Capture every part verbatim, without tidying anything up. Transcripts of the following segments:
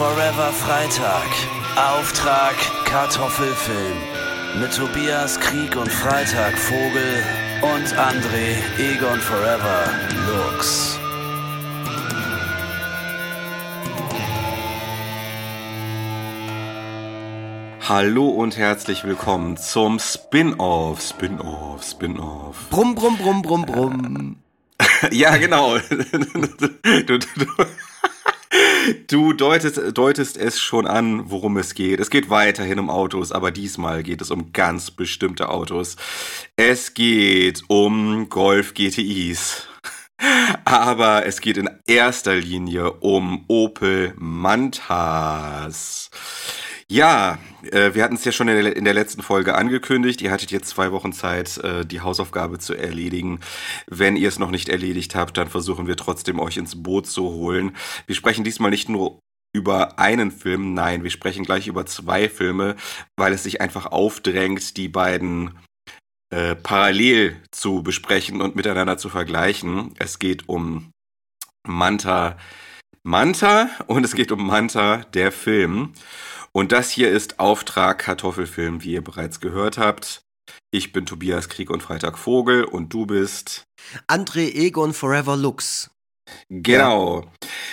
Forever Freitag. Auftrag Kartoffelfilm. Mit Tobias Krieg und Freitag Vogel und André Egon Forever Lux. Hallo und herzlich willkommen zum Spin-Off, Spin-Off, Spin-Off. Brumm, brumm, brumm, brumm, brumm. Ja, genau. Du, du, du deutest, deutest es schon an, worum es geht. Es geht weiterhin um Autos, aber diesmal geht es um ganz bestimmte Autos. Es geht um Golf G T Is. Aber es geht in erster Linie um Opel Mantas. Ja, äh, wir hatten es ja schon in der, in der letzten Folge angekündigt. Ihr hattet jetzt zwei Wochen Zeit, äh, die Hausaufgabe zu erledigen. Wenn ihr es noch nicht erledigt habt, dann versuchen wir trotzdem, euch ins Boot zu holen. Wir sprechen diesmal nicht nur über einen Film, nein, wir sprechen gleich über zwei Filme, weil es sich einfach aufdrängt, die beiden äh, parallel zu besprechen und miteinander zu vergleichen. Es geht um Manta Manta und es geht um Manta, der Film. Und das hier ist Auftrag Kartoffelfilm, wie ihr bereits gehört habt. Ich bin Tobias Krieg und Freitag Vogel und du bist André Egon Forever Lux. Genau.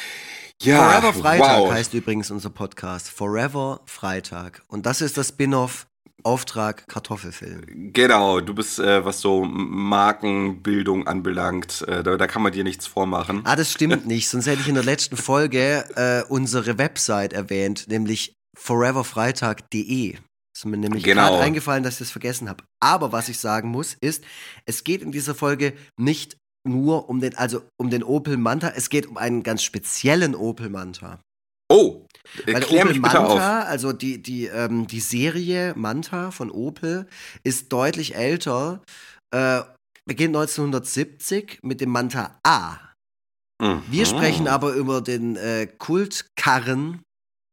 Ja, Forever Freitag wow. heißt übrigens unser Podcast. Forever Freitag. Und das ist das Spin-off Auftrag Kartoffelfilm. Genau, du bist, äh, was so Markenbildung anbelangt, äh, da, da kann man dir nichts vormachen. Ah, das stimmt nicht. Sonst hätte ich in der letzten Folge äh, unsere Website erwähnt, nämlich forever freitag punkt de. Ist mir nämlich Genau. gerade eingefallen, dass ich das vergessen habe. Aber was ich sagen muss, ist, es geht in dieser Folge nicht nur um den, also um den Opel Manta, es geht um einen ganz speziellen Opel Manta. Oh, Weil klär Opel mich bitte Manta, auf. also die, die, ähm, die Serie Manta von Opel, ist deutlich älter, äh, beginnt neunzehnhundertsiebzig mit dem Manta A. Mhm. Wir sprechen aber über den äh, Kultkarren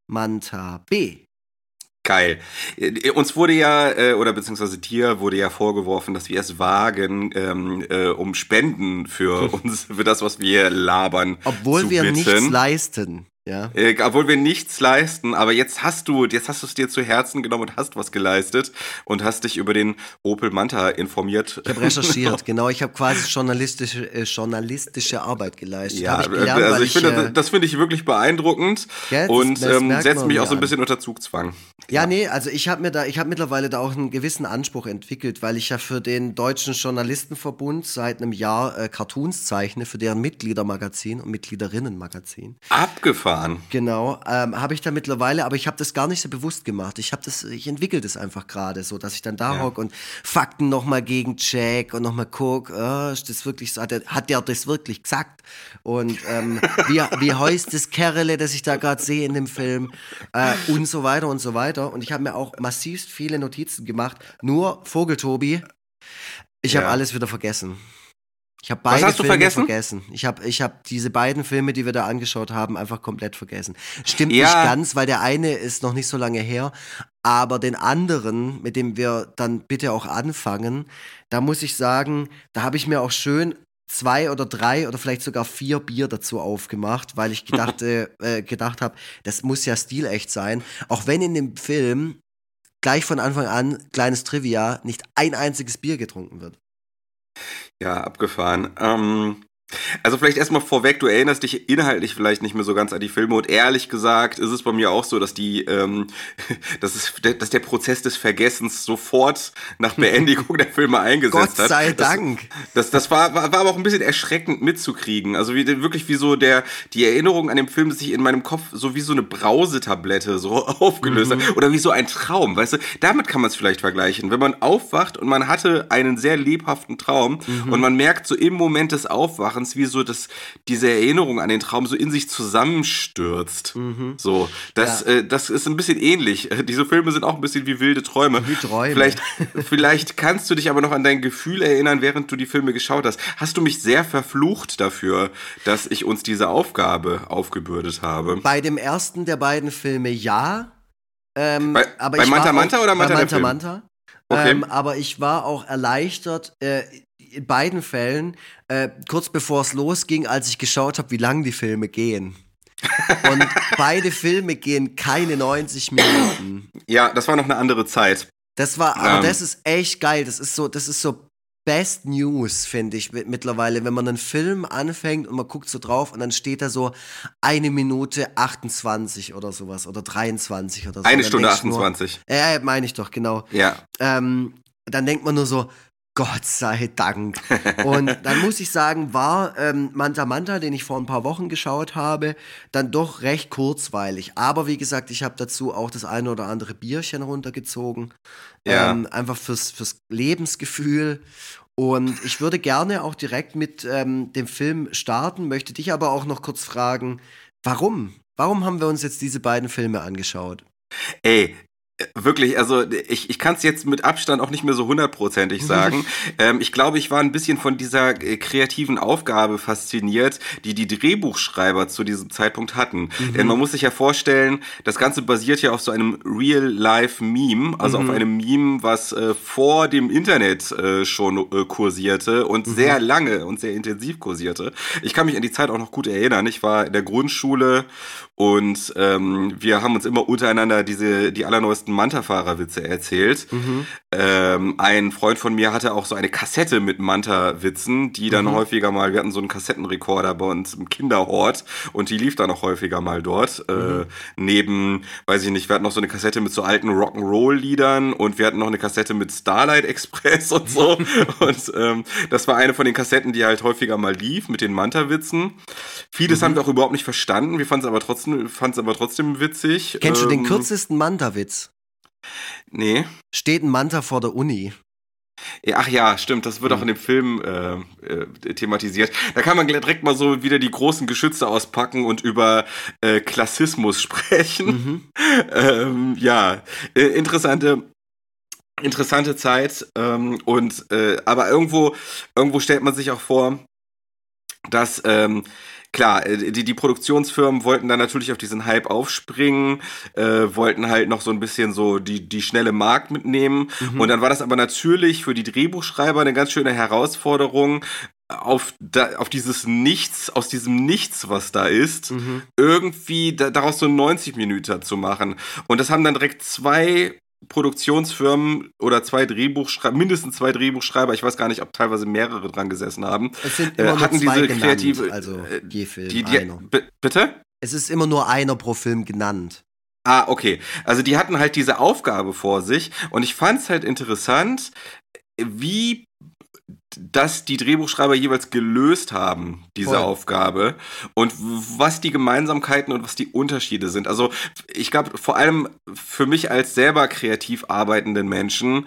Manta B. Geil. Äh, Uns wurde ja, äh, oder beziehungsweise dir wurde ja vorgeworfen, dass wir es wagen, ähm, äh, um Spenden für uns, für das, was wir labern, Obwohl zu wir bitten. nichts leisten. Ja. Äh, obwohl wir nichts leisten, aber jetzt hast du, jetzt hast du es dir zu Herzen genommen und hast was geleistet und hast dich über den Opel Manta informiert. Ich habe recherchiert, genau. Ich habe quasi journalistische, äh, journalistische Arbeit geleistet. Ja, Hab ich gelernt, also weil ich finde, äh, das finde ich wirklich beeindruckend ja, das- und das ähm, merkt setzt man mich mir auch so ein an. bisschen unter Zugzwang. Ja, nee, also ich habe mir da, ich habe mittlerweile da auch einen gewissen Anspruch entwickelt, weil ich ja für den Deutschen Journalistenverbund seit einem Jahr äh, Cartoons zeichne, für deren Mitgliedermagazin und Mitgliederinnenmagazin. Abgefahren. Genau, ähm, habe ich da mittlerweile, aber ich habe das gar nicht so bewusst gemacht. Ich habe das, ich entwickle das einfach gerade so, dass ich dann da Ja. hock und Fakten nochmal gegen check und nochmal guck, äh, ist das wirklich so, hat der, hat der das wirklich gesagt? Und ähm, wie, wie heißt das Kerle, das ich da gerade sehe in dem Film? Äh, und so weiter und so weiter. Und ich habe mir auch massivst viele Notizen gemacht. Nur, Vogeltobi, ich Ja. habe alles wieder vergessen. Ich habe Was beide hast du Filme vergessen? vergessen. Ich habe ich hab diese beiden Filme, die wir da angeschaut haben, einfach komplett vergessen. Stimmt Ja. nicht ganz, weil der eine ist noch nicht so lange her. Aber den anderen, mit dem wir dann bitte auch anfangen, da muss ich sagen, da habe ich mir auch schön zwei oder drei oder vielleicht sogar vier Bier dazu aufgemacht, weil ich gedacht, äh, äh, gedacht habe, das muss ja stilecht sein. Auch wenn in dem Film gleich von Anfang an, kleines Trivia, nicht ein einziges Bier getrunken wird. Ja, abgefahren. Ähm, also vielleicht erstmal vorweg, du erinnerst dich inhaltlich vielleicht nicht mehr so ganz an die Filme und ehrlich gesagt ist es bei mir auch so, dass die, ähm, dass, es, dass der Prozess des Vergessens sofort nach Beendigung der Filme eingesetzt Gott hat. sei das, Dank. Das, das war, war, war aber auch ein bisschen erschreckend mitzukriegen. Also wie, wirklich wie so der, die Erinnerung an den Film sich in meinem Kopf so wie so eine Brausetablette so aufgelöst hat. Oder wie so ein Traum, weißt du? Damit kann man es vielleicht vergleichen. Wenn man aufwacht und man hatte einen sehr lebhaften Traum und man merkt so im Moment des Aufwachens, wie so das, diese Erinnerung an den Traum so in sich zusammenstürzt. So, das, Ja. äh, das ist ein bisschen ähnlich. Äh, Diese Filme sind auch ein bisschen wie wilde Träume. Wie Träume. Vielleicht, vielleicht kannst du dich aber noch an dein Gefühl erinnern, während du die Filme geschaut hast. Hast du mich sehr verflucht dafür, dass ich uns diese Aufgabe aufgebürdet habe? Bei dem ersten der beiden Filme ja. Ähm, Bei- aber bei ich Manta war Manta auch, oder Manta bei der Manta Film? Manta. Okay. Ähm, aber ich war auch erleichtert, äh, in beiden Fällen, äh, kurz bevor es losging, als ich geschaut habe, wie lang die Filme gehen. Und beide Filme gehen keine neunzig Minuten. Ja, das war noch eine andere Zeit. Das war, aber Ähm. das ist echt geil. Das ist so, das ist so Best News, finde ich mi- mittlerweile, wenn man einen Film anfängt und man guckt so drauf und dann steht da so eine Minute achtundzwanzig oder sowas oder dreiundzwanzig oder so. Eine Dann Stunde denkst du nur- achtundzwanzig. Ja, ja, meine ich doch, genau. Ja. Ähm, dann denkt man nur so, Gott sei Dank. Und dann muss ich sagen, war ähm, Manta Manta, den ich vor ein paar Wochen geschaut habe, dann doch recht kurzweilig. Aber wie gesagt, ich habe dazu auch das eine oder andere Bierchen runtergezogen. Ja. Ähm, einfach fürs, fürs Lebensgefühl. Und ich würde gerne auch direkt mit ähm, dem Film starten, möchte dich aber auch noch kurz fragen, warum? Warum haben wir uns jetzt diese beiden Filme angeschaut? Ey, äh, wirklich, also ich, ich kann es jetzt mit Abstand auch nicht mehr so hundertprozentig sagen. ähm, ich glaube, ich war ein bisschen von dieser äh, kreativen Aufgabe fasziniert, die die Drehbuchschreiber zu diesem Zeitpunkt hatten. Mhm. Denn man muss sich ja vorstellen, das Ganze basiert ja auf so einem Real-Life-Meme, also Mhm. auf einem Meme, was äh, vor dem Internet äh, schon äh, kursierte und Mhm. sehr lange und sehr intensiv kursierte. Ich kann mich an die Zeit auch noch gut erinnern. Ich war in der Grundschule und ähm, wir haben uns immer untereinander diese die allerneuesten Manta-Fahrer-Witze erzählt. Mhm. Ähm, ein Freund von mir hatte auch so eine Kassette mit Manta-Witzen, die dann Mhm. häufiger mal, wir hatten so einen Kassettenrekorder bei uns im Kinderhort und die lief dann auch häufiger mal dort. Mhm. Äh, neben, weiß ich nicht, wir hatten noch so eine Kassette mit so alten Rock'n'Roll-Liedern und wir hatten noch eine Kassette mit Starlight Express und so. Und ähm, das war eine von den Kassetten, die halt häufiger mal lief mit den Manta-Witzen. Vieles Mhm. haben wir auch überhaupt nicht verstanden. Wir fanden es aber trotzdem, fanden es aber trotzdem witzig. Kennst du den Ähm, kürzesten Manta-Witz? Nee. Steht ein Manta vor der Uni. Ja, ach ja, stimmt, das wird auch in dem Film äh, äh, thematisiert. Da kann man direkt mal so wieder die großen Geschütze auspacken und über äh, Klassismus sprechen. Mhm. ähm, ja, äh, interessante interessante Zeit ähm, und äh, aber irgendwo irgendwo stellt man sich auch vor, dass ähm, klar, äh, die, die Produktionsfirmen wollten dann natürlich auf diesen Hype aufspringen, äh, wollten halt noch so ein bisschen so die, die schnelle Markt mitnehmen. Mhm. Und dann war das aber natürlich für die Drehbuchschreiber eine ganz schöne Herausforderung, auf, da, auf dieses Nichts, aus diesem Nichts, was da ist, Mhm. irgendwie da, daraus so neunzig Minuten zu machen. Und das haben dann direkt zwei Produktionsfirmen oder zwei Drehbuchschreiber, mindestens zwei Drehbuchschreiber, ich weiß gar nicht, ob teilweise mehrere dran gesessen haben, Es sind äh, immer nur hatten zwei diese genannt, kreative, also äh, je Film, die, die, einer. b- bitte? Es ist immer nur einer pro Film genannt. Ah, okay. Also die hatten halt diese Aufgabe vor sich und ich fand es halt interessant, wie das die Drehbuchschreiber jeweils gelöst haben, diese Voll. Aufgabe und was die Gemeinsamkeiten und was die Unterschiede sind. Also ich glaube, vor allem für mich als selber kreativ arbeitenden Menschen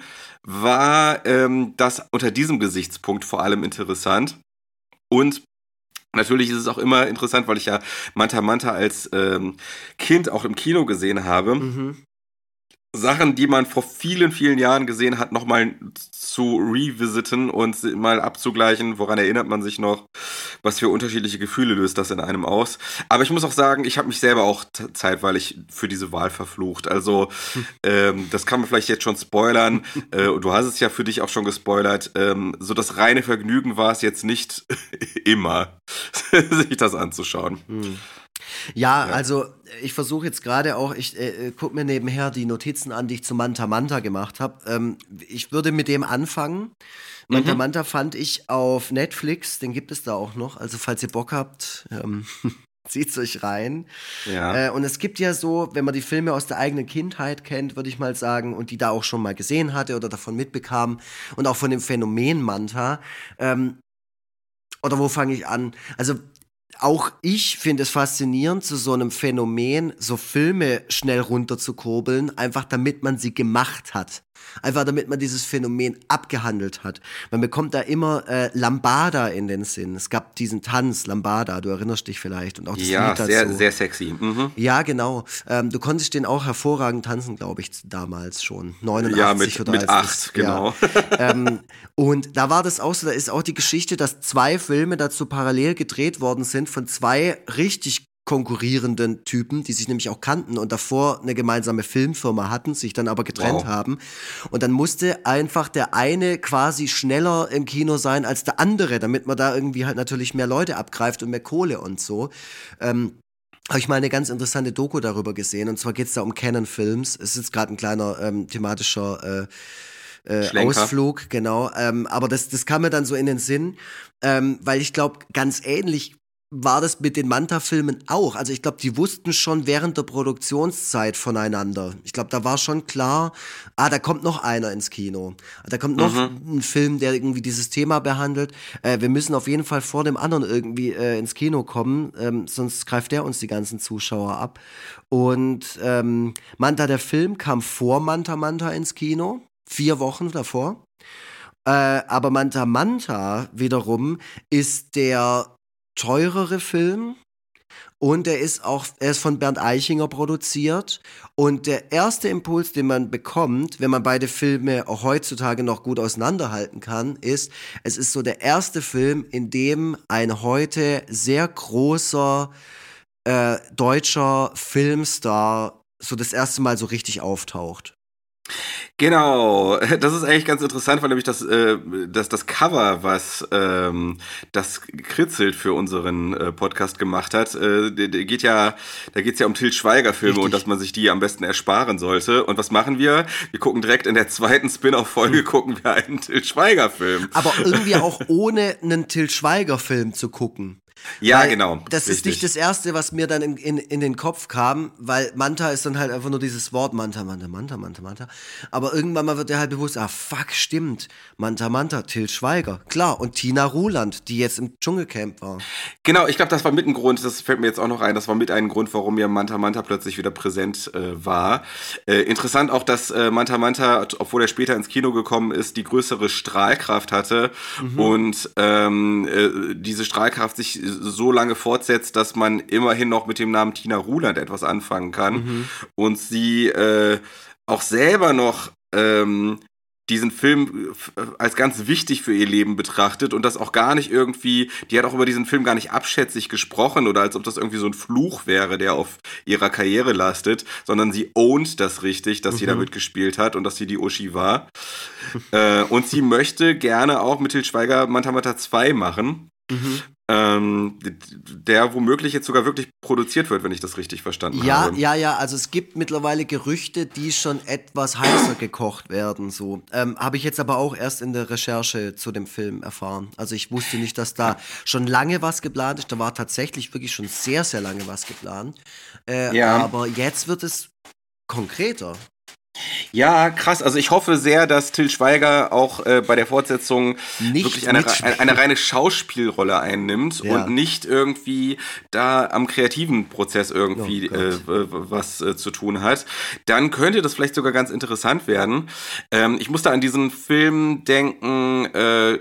war ähm, das unter diesem Gesichtspunkt vor allem interessant. Und natürlich ist es auch immer interessant, weil ich ja Manta Manta als ähm, Kind auch im Kino gesehen habe. Mhm. Sachen, die man vor vielen, vielen Jahren gesehen hat, nochmal zu revisiten und mal abzugleichen, woran erinnert man sich noch, was für unterschiedliche Gefühle löst das in einem aus. Aber ich muss auch sagen, ich habe mich selber auch t- zeitweilig für diese Wahl verflucht. Also ähm, das kann man vielleicht jetzt schon spoilern. äh, du hast es ja für dich auch schon gespoilert. Ähm, so das reine Vergnügen war es jetzt nicht immer, sich das anzuschauen. Hm. Ja, Ja. also ich versuche jetzt gerade auch, ich äh, äh, gucke mir nebenher die Notizen an, die ich zu Manta Manta gemacht habe. Ähm, ich würde mit dem anfangen. Manta Mhm. Manta fand ich auf Netflix, den gibt es da auch noch. Also falls ihr Bock habt, ähm, zieht's euch rein. Ja. Äh, und es gibt ja so, wenn man die Filme aus der eigenen Kindheit kennt, würde ich mal sagen, und die da auch schon mal gesehen hatte oder davon mitbekam und auch von dem Phänomen Manta. Ähm, oder wo fange ich an? Also auch ich finde es faszinierend, zu so einem Phänomen so Filme schnell runterzukurbeln, einfach damit man sie gemacht hat. Einfach damit man dieses Phänomen abgehandelt hat. Man bekommt da immer äh, Lambada in den Sinn. Es gab diesen Tanz, Lambada, du erinnerst dich vielleicht. Und auch das Ja, Lied dazu. sehr, sehr sexy. Mhm. Ja, genau. Ähm, du konntest den auch hervorragend tanzen, glaube ich, damals schon. neunundachtzig Ja, mit, oder mit als acht, das, genau. Ja. ähm, und da war das auch so, da ist auch die Geschichte, dass zwei Filme dazu parallel gedreht worden sind von zwei richtig konkurrierenden Typen, die sich nämlich auch kannten und davor eine gemeinsame Filmfirma hatten, sich dann aber getrennt Wow. haben. Und dann musste einfach der eine quasi schneller im Kino sein als der andere, damit man da irgendwie halt natürlich mehr Leute abgreift und mehr Kohle und so. Ähm, habe ich mal eine ganz interessante Doku darüber gesehen. Und zwar geht es da um Canon Films. Es ist jetzt gerade ein kleiner ähm, thematischer äh, äh, Ausflug, genau. Ähm, aber das, das kam mir dann so in den Sinn, ähm, weil ich glaube, ganz ähnlich war das mit den Manta-Filmen auch. Also ich glaube, die wussten schon während der Produktionszeit voneinander. Ich glaube, da war schon klar, ah, da kommt noch einer ins Kino. Da kommt noch mhm. ein Film, der irgendwie dieses Thema behandelt. Äh, wir müssen auf jeden Fall vor dem anderen irgendwie äh, ins Kino kommen, ähm, sonst greift der uns die ganzen Zuschauer ab. Und ähm, Manta, der Film, kam vor Manta Manta ins Kino, vier Wochen davor. Äh, aber Manta Manta wiederum ist der teurere Film und er ist auch, er ist von Bernd Eichinger produziert und der erste Impuls, den man bekommt, wenn man beide Filme auch heutzutage noch gut auseinanderhalten kann, ist, es ist so der erste Film, in dem ein heute sehr großer äh, deutscher Filmstar so das erste Mal so richtig auftaucht. Genau, das ist eigentlich ganz interessant, weil nämlich das, äh, das, das Cover, was ähm, das Kritzelt für unseren äh, Podcast gemacht hat, äh, der, der geht ja, da geht es ja um Til Schweiger-Filme und dass man sich die am besten ersparen sollte. Und was machen wir? Wir gucken direkt in der zweiten Spin-off-Folge, hm. gucken wir einen Til Schweiger-Film. Aber irgendwie auch ohne einen Til Schweiger-Film zu gucken. Ja, weil genau. Das richtig. ist nicht das Erste, was mir dann in, in, in den Kopf kam, weil Manta ist dann halt einfach nur dieses Wort Manta, Manta, Manta, Manta, Manta. Aber irgendwann mal wird dir halt bewusst, ah, fuck, stimmt. Manta, Manta, Til Schweiger. Klar, und Tina Ruland, die jetzt im Dschungelcamp war. Genau, ich glaube, das war mit ein Grund, das fällt mir jetzt auch noch ein, das war mit ein Grund, warum ja Manta, Manta plötzlich wieder präsent äh, war. Äh, interessant auch, dass äh, Manta, Manta, obwohl er später ins Kino gekommen ist, die größere Strahlkraft hatte mhm. und ähm, äh, diese Strahlkraft sich so lange fortsetzt, dass man immerhin noch mit dem Namen Tina Ruland etwas anfangen kann mhm. und sie äh, auch selber noch ähm, diesen Film als ganz wichtig für ihr Leben betrachtet und das auch gar nicht irgendwie, die hat auch über diesen Film gar nicht abschätzig gesprochen oder als ob das irgendwie so ein Fluch wäre, der auf ihrer Karriere lastet, sondern sie ownt das richtig, dass mhm. sie da mitgespielt hat und dass sie die Uschi war. äh, und sie möchte gerne auch mit Til Schweiger Manta Manta zwei machen. Mhm. Ähm, der womöglich jetzt sogar wirklich produziert wird, wenn ich das richtig verstanden ja, habe. Ja, ja, ja, also es gibt mittlerweile Gerüchte, die schon etwas heißer gekocht werden, so. Ähm, habe ich jetzt aber auch erst in der Recherche zu dem Film erfahren. Also ich wusste nicht, dass da schon lange was geplant ist. Da war tatsächlich wirklich schon sehr, sehr lange was geplant. Äh, ja. Aber jetzt wird es konkreter. Ja, krass. Also ich hoffe sehr, dass Til Schweiger auch äh, bei der Fortsetzung nicht wirklich eine, eine, eine reine Schauspielrolle einnimmt ja. und nicht irgendwie da am kreativen Prozess irgendwie oh äh, was äh, zu tun hat. Dann könnte das vielleicht sogar ganz interessant werden. Ähm, ich musste an diesen Film denken, äh,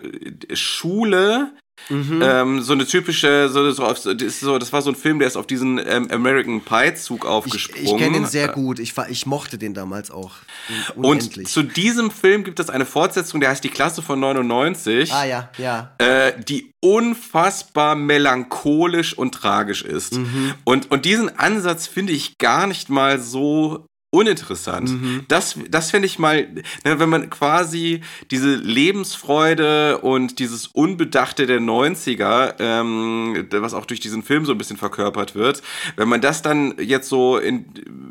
Schule. Mhm. Ähm, so eine typische, so, so, auf, das, so, das war so ein Film, der ist auf diesen ähm, American Pie-Zug aufgesprungen. Ich, ich kenne den sehr gut, ich, ich mochte den damals auch. Unendlich. Und zu diesem Film gibt es eine Fortsetzung, der heißt Die Klasse von neunundneunzig. Ah ja, ja. Äh, die unfassbar melancholisch und tragisch ist. Mhm. Und, und diesen Ansatz finde ich gar nicht mal so uninteressant. Mhm. Das, das finde ich mal, wenn man quasi diese Lebensfreude und dieses Unbedachte der neunziger, ähm, was auch durch diesen Film so ein bisschen verkörpert wird, wenn man das dann jetzt so in,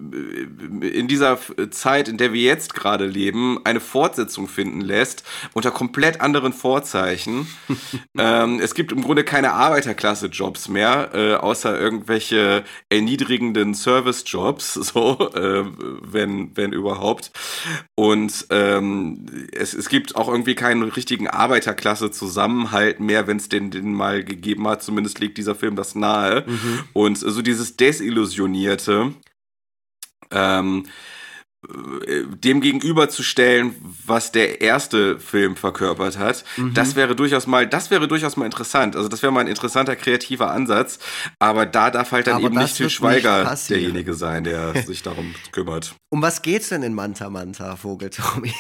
in dieser Zeit, in der wir jetzt gerade leben, eine Fortsetzung finden lässt, unter komplett anderen Vorzeichen. ähm, es gibt im Grunde keine Arbeiterklasse-Jobs mehr, äh, außer irgendwelche erniedrigenden Service-Jobs, so, äh, wenn, wenn überhaupt. Und ähm, es, es gibt auch irgendwie keinen richtigen Arbeiterklasse-Zusammenhalt mehr, wenn es den, den mal gegeben hat. Zumindest legt dieser Film das nahe. Mhm. Und so also dieses Desillusionierte, ähm, dem gegenüberzustellen, was der erste Film verkörpert hat, mhm. das wäre durchaus mal, das wäre durchaus mal interessant. Also das wäre mal ein interessanter kreativer Ansatz, aber da darf halt dann aber eben nicht Til Schweiger nicht derjenige sein, der sich darum kümmert. Um was geht's denn in Manta Manta, Vogel-Tommy?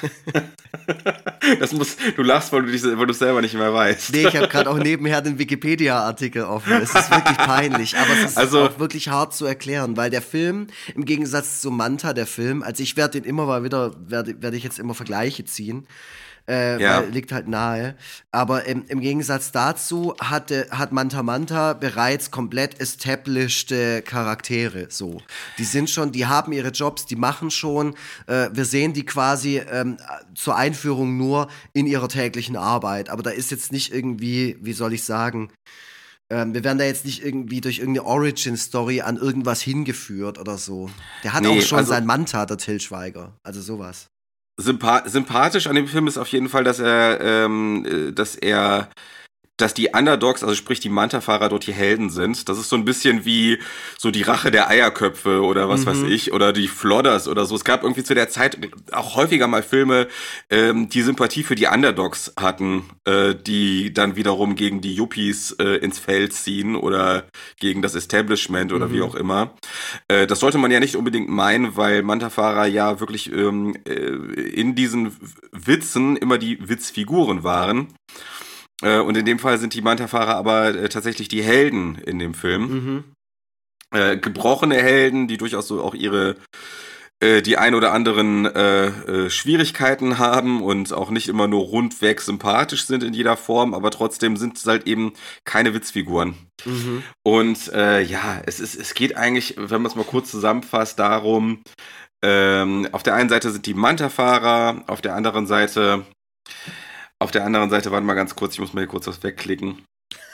Das muss, du lachst, weil du dich, weil du es selber nicht mehr weißt. Nee, ich habe gerade auch nebenher den Wikipedia-Artikel offen. Es ist wirklich peinlich, aber es ist also, auch wirklich hart zu erklären, weil der Film, im Gegensatz zu Manta, der Film, Film. Also ich werde den immer mal wieder, werde werd ich jetzt immer Vergleiche ziehen. Äh, Ja. weil, liegt halt nahe. Aber im, im Gegensatz dazu hatte, hat Manta Manta bereits komplett established Charaktere. So. Die sind schon, die haben ihre Jobs, die machen schon. Äh, wir sehen die quasi ähm, zur Einführung nur in ihrer täglichen Arbeit. Aber da ist jetzt nicht irgendwie, wie soll ich sagen, ähm, wir werden da jetzt nicht irgendwie durch irgendeine Origin-Story an irgendwas hingeführt oder so. Der hat Nee, auch schon also- sein Manta, der Til Schweiger. Also sowas. Sympa- sympathisch an dem Film ist auf jeden Fall, dass er, ähm, äh, dass er, dass die Underdogs, also sprich die Manta-Fahrer dort die Helden sind. Das ist so ein bisschen wie so die Rache der Eierköpfe oder was weiß ich, oder die Flodders oder so. Es gab irgendwie zu der Zeit auch häufiger mal Filme, ähm, die Sympathie für die Underdogs hatten, äh, die dann wiederum gegen die Yuppies äh, ins Feld ziehen oder gegen das Establishment oder wie auch immer. Äh, das sollte man ja nicht unbedingt meinen, weil Manta-Fahrer ja wirklich ähm, äh, in diesen Witzen immer die Witzfiguren waren. Äh, und in dem Fall sind die Manta-Fahrer aber äh, tatsächlich die Helden in dem Film. Mhm. Äh, gebrochene Helden, die durchaus so auch ihre äh, die ein oder anderen äh, äh, Schwierigkeiten haben und auch nicht immer nur rundweg sympathisch sind in jeder Form, aber trotzdem sind es halt eben keine Witzfiguren. Mhm. Und äh, ja, es ist, es geht eigentlich, wenn man es mal kurz zusammenfasst, darum, ähm, auf der einen Seite sind die Manta-Fahrer, auf der anderen Seite Auf der anderen Seite, warte mal ganz kurz, ich muss mal hier kurz was wegklicken.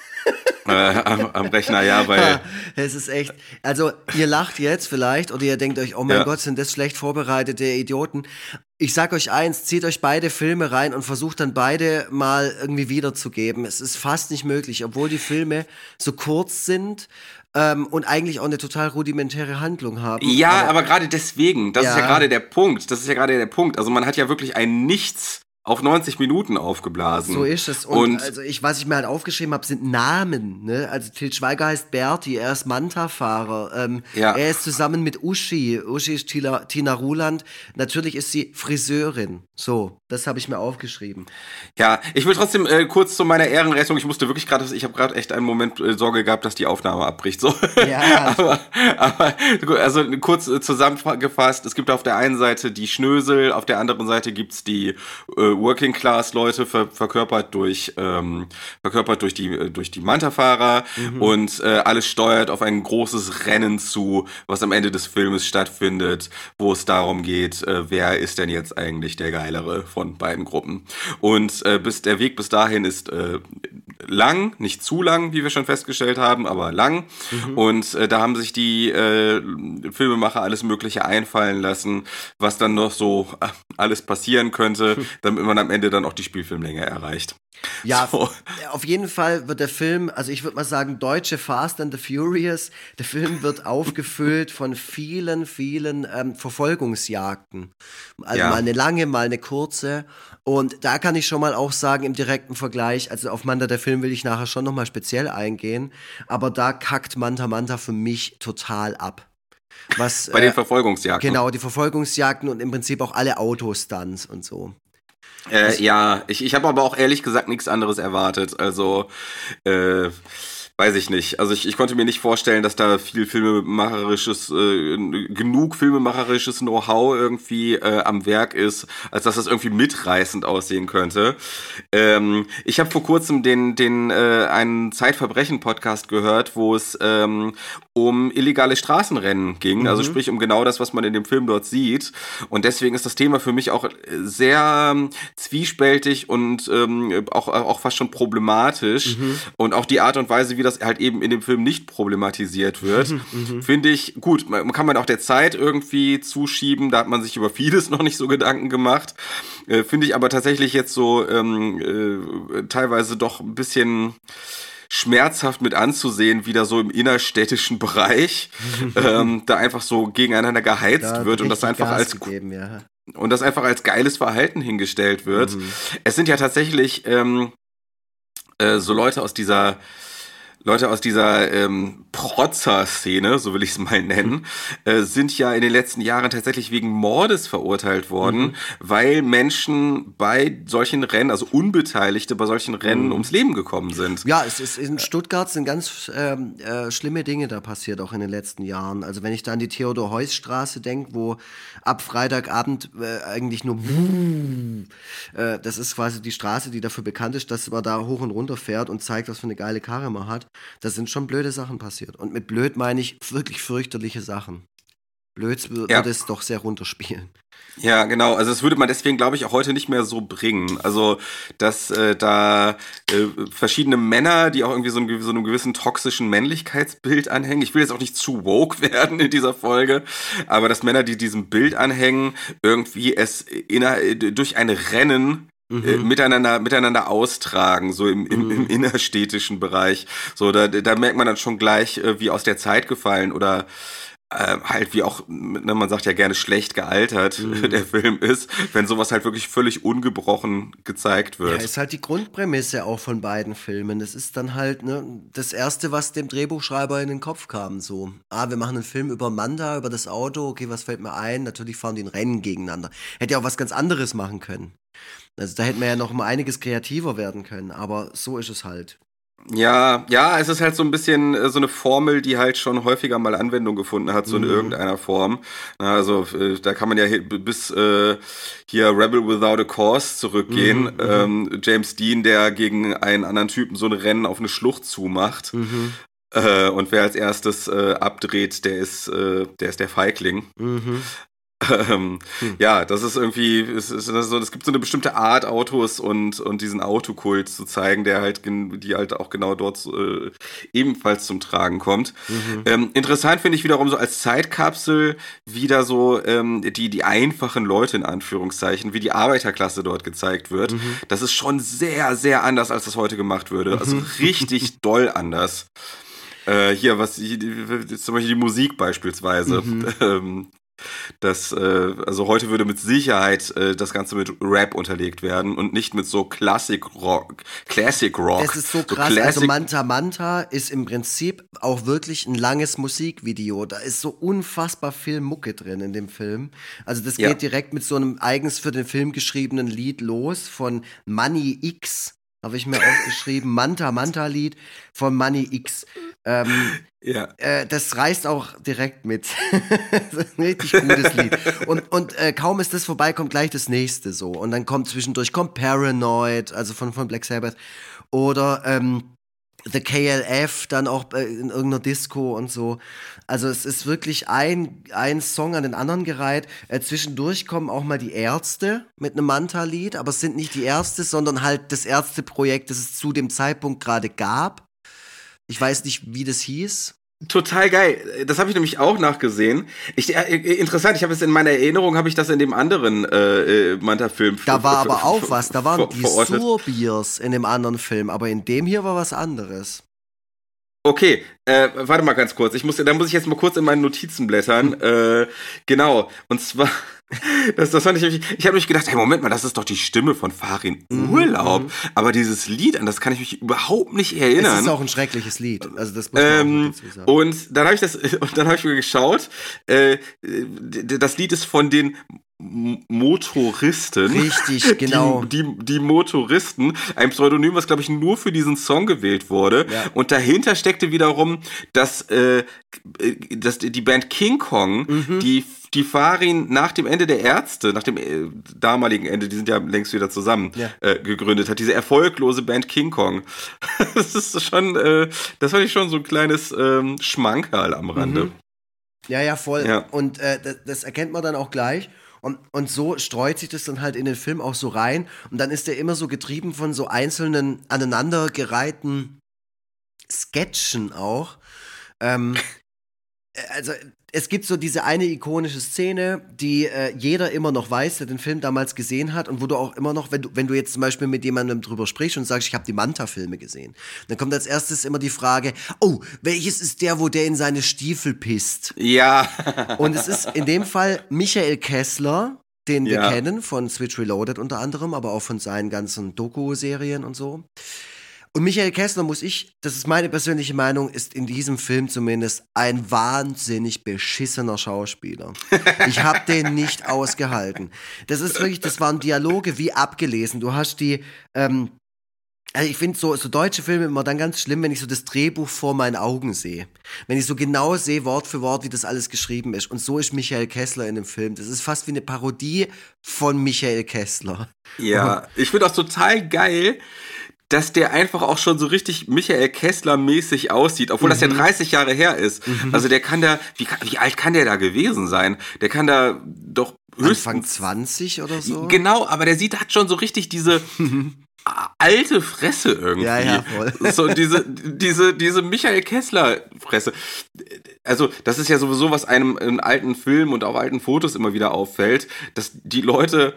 äh, am, am Rechner, ja, weil. Es ist echt. Also, ihr lacht jetzt vielleicht oder ihr denkt euch, oh mein Ja. Gott, sind das schlecht vorbereitete Idioten. Ich sag euch eins, zieht euch beide Filme rein und versucht dann beide mal irgendwie wiederzugeben. Es ist fast nicht möglich, obwohl die Filme so kurz sind ähm, und eigentlich auch eine total rudimentäre Handlung haben. Ja, aber, aber gerade deswegen, das Ja. ist ja gerade der Punkt. Das ist ja gerade der Punkt. Also man hat ja wirklich ein Nichts auf neunzig Minuten aufgeblasen. So ist es. Und, Und also ich, was ich mir halt aufgeschrieben habe, sind Namen. Ne? Also Til Schweiger heißt Berti, er ist Manta-Fahrer. Ähm, Ja. Er ist zusammen mit Uschi. Uschi ist Tina, Tina Ruland. Natürlich ist sie Friseurin. So, das habe ich mir aufgeschrieben. ja, ich will trotzdem äh, kurz zu meiner Ehrenrettung. Ich musste wirklich gerade, ich habe gerade echt einen Moment äh, Sorge gehabt, dass die Aufnahme abbricht. So. Ja. aber, aber also kurz äh, zusammengefasst: Es gibt auf der einen Seite die Schnösel, auf der anderen Seite gibt's die äh, Working Class Leute, ver verkörpert durch ähm, verkörpert durch die äh, durch die Manta-Fahrer Mhm. und äh, alles steuert auf ein großes Rennen zu, was am Ende des Filmes stattfindet, wo es darum geht, äh, wer ist denn jetzt eigentlich der Geilere von beiden Gruppen. Und äh, bis der Weg bis dahin ist äh, lang, nicht zu lang, wie wir schon festgestellt haben, aber lang. Mhm. Und äh, da haben sich die äh, Filmemacher alles Mögliche einfallen lassen, was dann noch so äh, alles passieren könnte, damit man am Ende dann auch die Spielfilmlänge erreicht. Ja, So. auf jeden Fall wird der Film, also ich würde mal sagen, deutsche Fast and the Furious, der Film wird aufgefüllt von vielen, vielen ähm, Verfolgungsjagden. Also Ja. mal eine lange, mal eine kurze. Und da kann ich schon mal auch sagen, im direkten Vergleich, also auf Manta der Film will ich nachher schon nochmal speziell eingehen, aber da kackt Manta Manta für mich total ab. Was, Bei den äh, Verfolgungsjagden. genau, die Verfolgungsjagden und im Prinzip auch alle Autostunts und so. Äh, ja, ich, ich habe aber auch ehrlich gesagt nichts anderes erwartet. Also, äh, weiß ich nicht. Also ich, ich konnte mir nicht vorstellen, dass da viel filmemacherisches, äh, genug filmemacherisches Know-how irgendwie äh, am Werk ist, als dass das irgendwie mitreißend aussehen könnte. Ähm, ich habe vor kurzem den, den äh, einen Zeitverbrechen-Podcast gehört, wo es ähm, um illegale Straßenrennen ging, also sprich um genau das, was man in dem Film dort sieht. Und deswegen ist das Thema für mich auch sehr ähm, zwiespältig und ähm, auch, auch fast schon problematisch. Und auch die Art und Weise, wie das halt eben in dem Film nicht problematisiert wird, finde ich gut. Man kann man auch der Zeit irgendwie zuschieben, da hat man sich über vieles noch nicht so Gedanken gemacht. Äh, finde ich aber tatsächlich jetzt so ähm, äh, teilweise doch ein bisschen schmerzhaft mit anzusehen, wie da so im innerstädtischen Bereich ähm, da einfach so gegeneinander geheizt Da wird und das richtig einfach Gas als gegeben, ja. und das einfach als geiles Verhalten hingestellt wird. Mhm. Es sind ja tatsächlich ähm, äh, so Leute aus dieser Leute aus dieser ähm, Protzer-Szene, so will ich es mal nennen, äh, sind ja in den letzten Jahren tatsächlich wegen Mordes verurteilt worden, mhm. weil Menschen bei solchen Rennen, also Unbeteiligte bei solchen Rennen mhm. ums Leben gekommen sind. Ja, es ist in Stuttgart sind ganz ähm, äh, schlimme Dinge da passiert, auch in den letzten Jahren. Also wenn ich da an die Theodor-Heuss-Straße denke, wo ab Freitagabend äh, eigentlich nur äh, das ist quasi die Straße, die dafür bekannt ist, dass man da hoch und runter fährt und zeigt, was für eine geile Karre man hat. Da sind schon blöde Sachen passiert. Und mit blöd meine ich wirklich fürchterliche Sachen. Blöd würde ja. es doch sehr runterspielen. Ja, genau. Also das würde man deswegen, glaube ich, auch heute nicht mehr so bringen. Also, dass äh, da äh, verschiedene Männer, die auch irgendwie so, ein, so einem gewissen toxischen Männlichkeitsbild anhängen. Ich will jetzt auch nicht zu woke werden in dieser Folge, aber dass Männer, die diesem Bild anhängen, irgendwie es inner, durch ein Rennen Mhm. Äh, miteinander miteinander austragen, so im, im, mhm. im innerstädtischen Bereich. So, da, da merkt man dann schon gleich, äh, wie aus der Zeit gefallen oder äh, halt wie auch, ne, man sagt ja gerne schlecht gealtert, mhm. der Film ist, wenn sowas halt wirklich völlig ungebrochen gezeigt wird. Ja, ist halt die Grundprämisse auch von beiden Filmen. Das ist dann halt ne, das Erste, was dem Drehbuchschreiber in den Kopf kam. So, ah, wir machen einen Film über Manda, über das Auto, okay, was fällt mir ein? Natürlich fahren die ein Rennen gegeneinander. Hätte ja auch was ganz anderes machen können. Also da hätten wir ja noch mal einiges kreativer werden können, aber so ist es halt. Ja, ja, es ist halt so ein bisschen äh, so eine Formel, die halt schon häufiger mal Anwendung gefunden hat, so in mhm. irgendeiner Form. Na, also äh, da kann man ja hi- bis äh, hier Rebel Without a Cause zurückgehen. Mhm, ähm, James Dean, der gegen einen anderen Typen so ein Rennen auf eine Schlucht zumacht. Mhm. Äh, und wer als erstes äh, abdreht, der ist, äh, der ist der Feigling. Mhm. Ähm, hm. Ja, das ist irgendwie, es, ist, das ist so, es gibt so eine bestimmte Art, Autos und, und diesen Autokult zu zeigen, der halt, die halt auch genau dort äh, ebenfalls zum Tragen kommt. Mhm. Ähm, interessant finde ich wiederum so als Zeitkapsel wieder so ähm, die, die einfachen Leute in Anführungszeichen, wie die Arbeiterklasse dort gezeigt wird. Mhm. Das ist schon sehr, sehr anders, als das heute gemacht würde. Also richtig doll anders. Äh, hier, was, hier, zum Beispiel die Musik beispielsweise. Mhm. Ähm, Das, äh, also heute würde mit Sicherheit äh, das Ganze mit Rap unterlegt werden und nicht mit so Classic Rock. Classic Rock. Das ist so krass. So also Manta Manta ist im Prinzip auch wirklich ein langes Musikvideo. Da ist so unfassbar viel Mucke drin in dem Film. Also das geht ja. direkt mit so einem eigens für den Film geschriebenen Lied los von Money X. Habe ich mir aufgeschrieben. Manta Manta Lied von Money X. Ähm, ja. äh, das reißt auch direkt mit. Das ist ein richtig gutes Lied. Und, und äh, kaum ist das vorbei, kommt gleich das nächste so. Und dann kommt zwischendurch kommt Paranoid, also von, von Black Sabbath. Oder ähm, The K L F, dann auch äh, in irgendeiner Disco und so. Also es ist wirklich ein, ein Song an den anderen gereiht. Äh, zwischendurch kommen auch mal die Ärzte mit einem Manta-Lied, aber es sind nicht die Ärzte, sondern halt das Ärzteprojekt, das es zu dem Zeitpunkt gerade gab. Ich weiß nicht, wie das hieß. Total geil. Das habe ich nämlich auch nachgesehen. Ich, äh, interessant, ich habe es in meiner Erinnerung, habe ich das in dem anderen äh, äh, Manta-Film Da war aber auch was, da waren die Surbiers in dem anderen Film, aber in dem hier war was anderes. Okay, äh, warte mal ganz kurz. Ich muss, da muss ich jetzt mal kurz in meinen Notizen blättern. Hm. Äh, genau, und zwar, das, das fand ich, ich habe mich gedacht, hey, Moment mal, das ist doch die Stimme von Farin Urlaub. Mhm. Aber dieses Lied, an das kann ich mich überhaupt nicht erinnern. Es ist auch ein schreckliches Lied. Also das muss man ähm, auch dazu sagen. Und dann habe ich das, und dann habe ich mir geschaut, äh, das Lied ist von den Motoristen. Richtig, genau. Die, die, die Motoristen, ein Pseudonym, was, glaube ich, nur für diesen Song gewählt wurde. Ja. Und dahinter steckte wiederum, dass, äh, dass die Band King Kong, mhm. die, die Farin nach dem Ende der Ärzte, nach dem äh, damaligen Ende, die sind ja längst wieder zusammen, ja. äh, gegründet hat. Diese erfolglose Band King Kong. Das ist schon, äh, das fand ich schon so ein kleines ähm, Schmankerl am Rande. Mhm. Ja, ja, voll. Ja. Und äh, das, das erkennt man dann auch gleich. Und, und so streut sich das dann halt in den Film auch so rein. Und dann ist der immer so getrieben von so einzelnen aneinandergereihten Sketchen auch. Ähm, also es gibt so diese eine ikonische Szene, die äh, jeder immer noch weiß, der den Film damals gesehen hat und wo du auch immer noch, wenn du, wenn du jetzt zum Beispiel mit jemandem drüber sprichst und sagst, ich habe die Manta-Filme gesehen, dann kommt als erstes immer die Frage, oh, welches ist der, wo der in seine Stiefel pisst? Ja. Und es ist in dem Fall Michael Kessler, den wir ja. kennen, von Switch Reloaded unter anderem, aber auch von seinen ganzen Doku-Serien und so. Und Michael Kessler, muss ich, das ist meine persönliche Meinung, ist in diesem Film zumindest ein wahnsinnig beschissener Schauspieler. Ich habe den nicht ausgehalten. Das ist wirklich, das waren Dialoge wie abgelesen. Du hast die, ähm, also ich finde so, so deutsche Filme immer dann ganz schlimm, wenn ich so das Drehbuch vor meinen Augen sehe. Wenn ich so genau sehe, Wort für Wort, wie das alles geschrieben ist. Und so ist Michael Kessler in dem Film. Das ist fast wie eine Parodie von Michael Kessler. Ja, ich finde das total geil, dass der einfach auch schon so richtig Michael Kessler-mäßig aussieht, obwohl mhm. das ja dreißig Jahre her ist. Mhm. Also der kann da, wie, wie alt kann der da gewesen sein? Der kann da doch höchstens... Anfang zwanzig oder so? Genau, aber der sieht, hat schon so richtig diese... alte Fresse irgendwie. Ja, ja, voll. So diese, diese, diese Michael Kessler-Fresse. Also, das ist ja sowieso, was einem in alten Filmen und auf alten Fotos immer wieder auffällt, dass die Leute,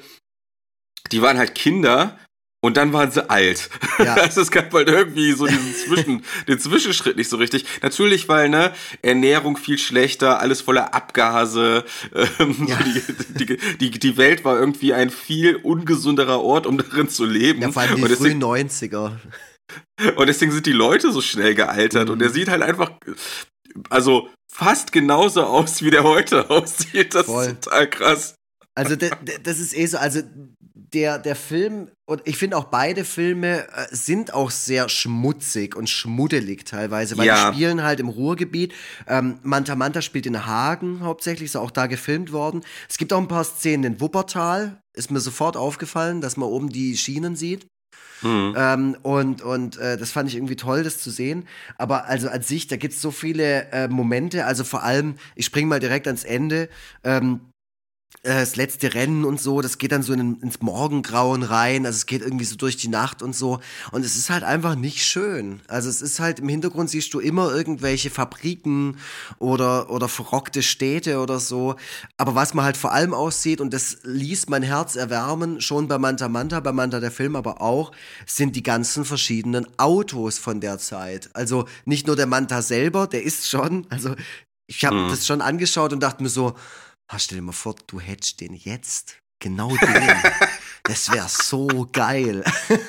die waren halt Kinder und dann waren sie alt. Ja. Also es gab halt irgendwie so diesen Zwischen, den Zwischenschritt nicht so richtig. Natürlich, weil, ne, Ernährung viel schlechter, alles voller Abgase. Ähm, ja. die, die, die, die Welt war irgendwie ein viel ungesunderer Ort, um darin zu leben. Ja, vor allem die und deswegen, frühen neunziger. Und deswegen sind die Leute so schnell gealtert. Mhm. Und er sieht halt einfach, also fast genauso aus, wie der heute aussieht. Das Voll. Ist total krass. Also das, das ist eh so, also der, der Film, und ich finde auch beide Filme äh, sind auch sehr schmutzig und schmuddelig teilweise, weil ja. die spielen halt im Ruhrgebiet. Ähm, Manta Manta spielt in Hagen hauptsächlich, ist auch da gefilmt worden. Es gibt auch ein paar Szenen in Wuppertal, ist mir sofort aufgefallen, dass man oben die Schienen sieht. Mhm. Ähm, und und äh, das fand ich irgendwie toll, das zu sehen. Aber also an sich, da gibt es so viele äh, Momente, also vor allem, ich springe mal direkt ans Ende, ähm, das letzte Rennen und so, das geht dann so in, ins Morgengrauen rein, also es geht irgendwie so durch die Nacht und so und es ist halt einfach nicht schön. Also es ist halt, im Hintergrund siehst du immer irgendwelche Fabriken oder, oder verrockte Städte oder so, aber was man halt vor allem aussieht, und das ließ mein Herz erwärmen, schon bei Manta Manta, bei Manta der Film aber auch, sind die ganzen verschiedenen Autos von der Zeit. Also nicht nur der Manta selber, der ist schon, also ich habe mhm. das schon angeschaut und dachte mir so, Ah, stell dir mal vor, du hättest den jetzt, genau den. Das wäre so geil.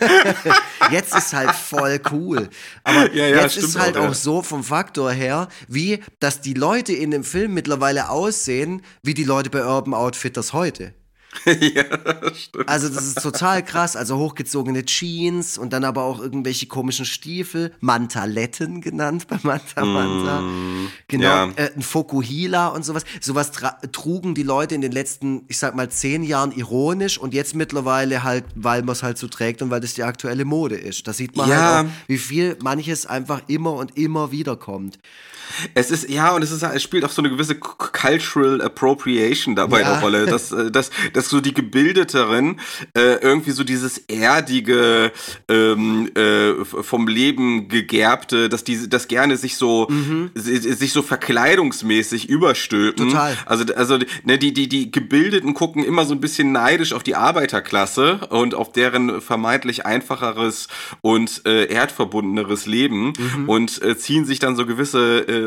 Jetzt ist halt voll cool. Aber ja, ja, jetzt ist halt auch, auch ja. so vom Faktor her, wie, dass die Leute in dem Film mittlerweile aussehen, wie die Leute bei Urban Outfitters heute. Ja, stimmt. Also das ist total krass, also hochgezogene Jeans und dann aber auch irgendwelche komischen Stiefel, Mantaletten genannt bei Manta Manta, mm, genau, ja. äh, ein Fokuhila und sowas, sowas tra- trugen die Leute in den letzten, ich sag mal, zehn Jahren ironisch und jetzt mittlerweile halt, weil man es halt so trägt und weil das die aktuelle Mode ist. Da sieht man ja. halt auch, wie viel manches einfach immer und immer wieder kommt. Es ist, ja, und es ist, es spielt auch so eine gewisse Cultural Appropriation dabei ja. eine Rolle, dass, dass, dass so die Gebildeteren äh, irgendwie so dieses erdige, ähm, äh, vom Leben gegerbte, dass die das gerne sich so, mhm. sich so verkleidungsmäßig überstülpen. Total. Also, also ne, die, die, die Gebildeten gucken immer so ein bisschen neidisch auf die Arbeiterklasse und auf deren vermeintlich einfacheres und äh, erdverbundeneres Leben mhm. und äh, ziehen sich dann so gewisse äh,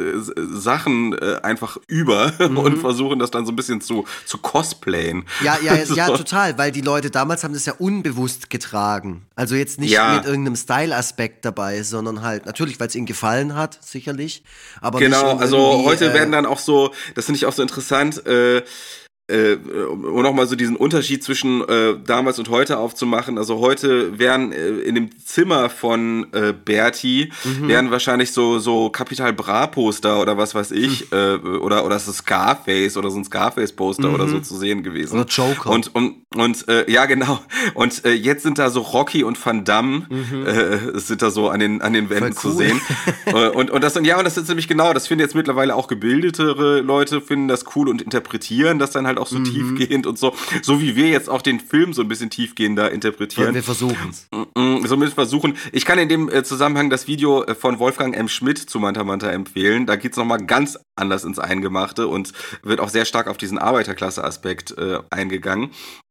Sachen äh, einfach über mhm. und versuchen das dann so ein bisschen zu, zu cosplayen. Ja, ja, so. ja, total, weil die Leute damals haben das ja unbewusst getragen. Also jetzt nicht ja. mit irgendeinem Style-Aspekt dabei, sondern halt, natürlich, weil es ihnen gefallen hat, sicherlich. Aber genau, nicht also heute äh, werden dann auch so, das finde ich auch so interessant, äh, Äh, um nochmal so diesen Unterschied zwischen äh, damals und heute aufzumachen. Also heute wären äh, in dem Zimmer von äh, Berti mhm. wären wahrscheinlich so so Capital Bra Poster oder was weiß ich mhm. äh, oder oder so Scarface oder so ein Scarface Poster mhm. oder so zu sehen gewesen. Oder Joker. Und und und äh, ja genau. Und äh, jetzt sind da so Rocky und Van Damme mhm. äh, sind da so an den an den Wänden cool. zu sehen. und und das und ja und das ist nämlich genau. Das finden jetzt mittlerweile auch gebildetere Leute finden das cool und interpretieren das dann halt auch so mhm. tiefgehend und so, so wie wir jetzt auch den Film so ein bisschen tiefgehender interpretieren. Und wir versuchen es. Zumindest versuchen. Ich kann in dem Zusammenhang das Video von Wolfgang M. Schmidt zu Manta Manta empfehlen. Da geht es nochmal ganz anders ins Eingemachte und wird auch sehr stark auf diesen Arbeiterklasse-Aspekt äh, eingegangen.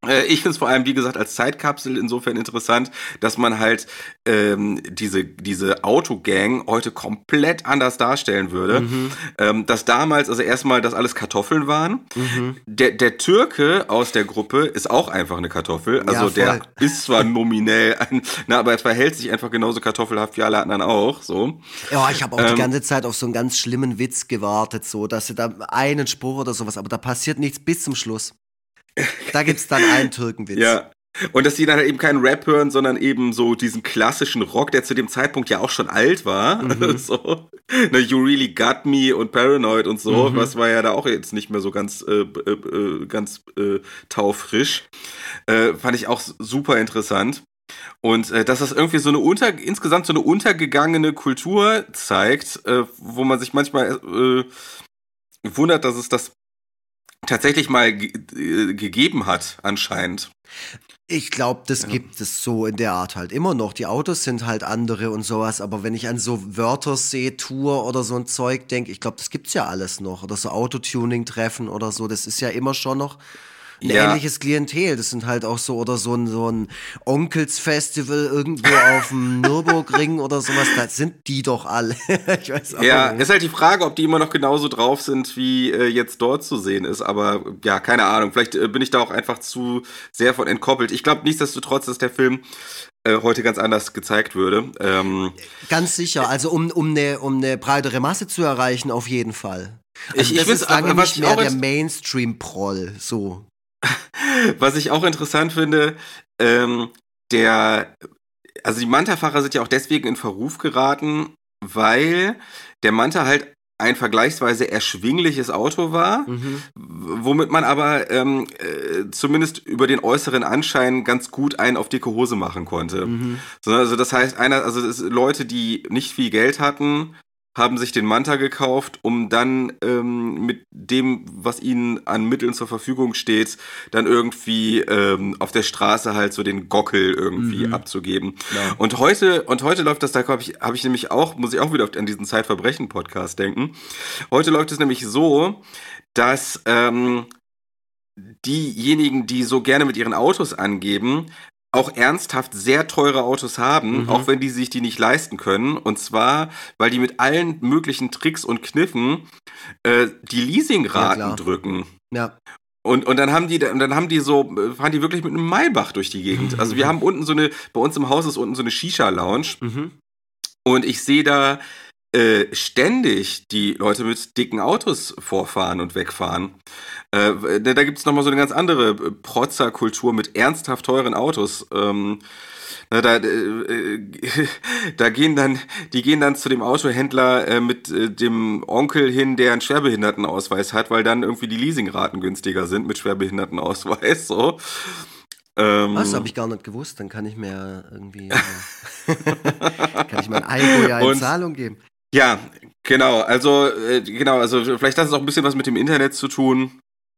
Äh, Ich finde es vor allem, wie gesagt, als Zeitkapsel insofern interessant, dass man halt ähm, diese, diese Autogang heute komplett anders darstellen würde. Mhm. Ähm, dass damals, also erstmal, dass alles Kartoffeln waren. Mhm. Der, der Türke aus der Gruppe ist auch einfach eine Kartoffel. Also Ja, der voll. ist zwar nominell ein, na, aber er verhält sich einfach genauso kartoffelhaft wie alle anderen auch. So. Ja, ich habe auch die Ähm, ganze Zeit auf so einen ganz schlimmen Witz gewartet, so, dass sie da einen Spruch oder sowas, aber da passiert nichts bis zum Schluss. Da gibt's dann einen Türkenwitz. Ja. Und dass die dann halt eben keinen Rap hören, sondern eben so diesen klassischen Rock, der zu dem Zeitpunkt ja auch schon alt war. Mhm. so. Ne, You Really Got Me und Paranoid und so, Mhm. was war ja da auch jetzt nicht mehr so ganz, äh, äh, äh, ganz äh, taufrisch. Äh, fand ich auch super interessant. Und äh, dass das irgendwie so eine unter, insgesamt so eine untergegangene Kultur zeigt, äh, wo man sich manchmal äh, wundert, dass es das tatsächlich mal ge äh, gegeben hat, anscheinend. Ich glaube, das Ja. gibt es so in der Art halt immer noch. Die Autos sind halt andere und sowas, aber wenn ich an so Wörthersee, Tour oder so ein Zeug denke, ich glaube, das gibt's ja alles noch. Oder so Autotuning-Treffen oder so, das ist ja immer schon noch ein Ja, ähnliches Klientel. Das sind halt auch so, oder so ein, so ein Onkels-Festival irgendwo auf dem Nürburgring oder sowas, da sind die doch alle. Ich weiß auch ja, nicht. ist halt die Frage, ob die immer noch genauso drauf sind, wie äh, jetzt dort zu sehen ist. Aber ja, keine Ahnung. Vielleicht äh, bin ich da auch einfach zu sehr von entkoppelt. Ich glaube nichtsdestotrotz, dass der Film äh, heute ganz anders gezeigt würde. Ähm, Ganz sicher, also um, um eine um eine breitere Masse zu erreichen, auf jeden Fall. Also ich ich das find's, ist lange aber was nicht ich mehr auch der int- Mainstream-Proll, so. was ich auch interessant finde, ähm, der, also die Manta-Fahrer sind ja auch deswegen in Verruf geraten, weil der Manta halt ein vergleichsweise erschwingliches Auto war, Mhm. w- womit man aber ähm, äh, zumindest über den äußeren Anschein ganz gut einen auf dicke Hose machen konnte. Mhm. So, also das heißt, einer, also das Leute, die nicht viel Geld hatten, haben sich den Manta gekauft, um dann ähm, mit dem, was ihnen an Mitteln zur Verfügung steht, dann irgendwie ähm, auf der Straße halt so den Gockel irgendwie Mhm. abzugeben. Ja. Und heute, und heute läuft das, da habe ich, habe ich nämlich auch, muss ich auch wieder an diesen Zeitverbrechen-Podcast denken. Heute läuft es nämlich so, dass ähm, diejenigen, die so gerne mit ihren Autos angeben, auch ernsthaft sehr teure Autos haben, Mhm. auch wenn die sich die nicht leisten können. Und zwar, weil die mit allen möglichen Tricks und Kniffen äh, die Ja, Leasingraten klar. drücken. Ja. Und, und dann haben die, und dann haben die so, äh, fahren die wirklich mit einem Maybach durch die Gegend. Also wir haben unten so eine, bei uns im Haus ist unten so eine Shisha-Lounge. Mhm. Und ich sehe da äh, ständig die Leute mit dicken Autos vorfahren und wegfahren. Äh, da da gibt es nochmal so eine ganz andere äh, Protzer-Kultur mit ernsthaft teuren Autos. Ähm, na, da, äh, äh, da gehen dann, die gehen dann zu dem Autohändler äh, mit äh, dem Onkel hin, der einen Schwerbehindertenausweis hat, weil dann irgendwie die Leasingraten günstiger sind mit Schwerbehindertenausweis. So. Was, Ähm, habe ich gar nicht gewusst. Dann kann ich mir irgendwie, äh, kann ich mein Eigo ja in und Zahlung geben. ja, genau, also äh, genau, also vielleicht hat es auch ein bisschen was mit dem Internet zu tun,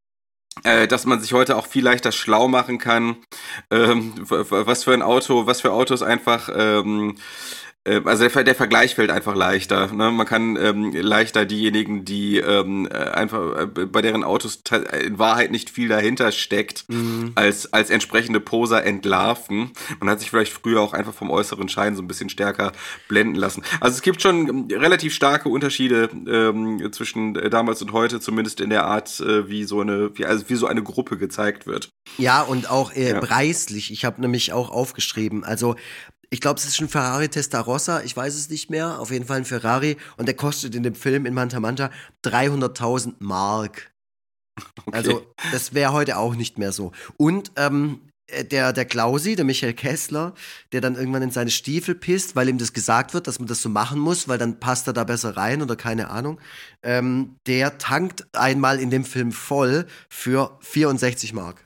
äh, dass man sich heute auch viel leichter schlau machen kann, ähm, w- w- was für ein Auto, was für Autos einfach, ähm, äh, also der, Ver- der Vergleich fällt einfach leichter. Ne? Man kann ähm, leichter diejenigen, die ähm, äh, einfach äh, bei deren Autos ta- in Wahrheit nicht viel dahinter steckt, Mhm. als, als entsprechende Poser entlarven. Man hat sich vielleicht früher auch einfach vom äußeren Schein so ein bisschen stärker blenden lassen. Also es gibt schon ähm, relativ starke Unterschiede ähm, zwischen äh, damals und heute, zumindest in der Art, äh, wie so eine, wie, also wie so eine Gruppe gezeigt wird. Ja, und auch äh, Ja. preislich. Ich habe nämlich auch aufgeschrieben. Also, ich glaube, es ist ein Ferrari Testarossa. Ich weiß es nicht mehr. Auf jeden Fall ein Ferrari. Und der kostet in dem Film in Manta Manta dreihunderttausend Mark. Okay. Also, das wäre heute auch nicht mehr so. Und ähm, äh, der, der Klausi, der Michael Kessler, der dann irgendwann in seine Stiefel pisst, weil ihm das gesagt wird, dass man das so machen muss, weil dann passt er da besser rein oder keine Ahnung. Ähm, der tankt einmal in dem Film voll für vierundsechzig Mark.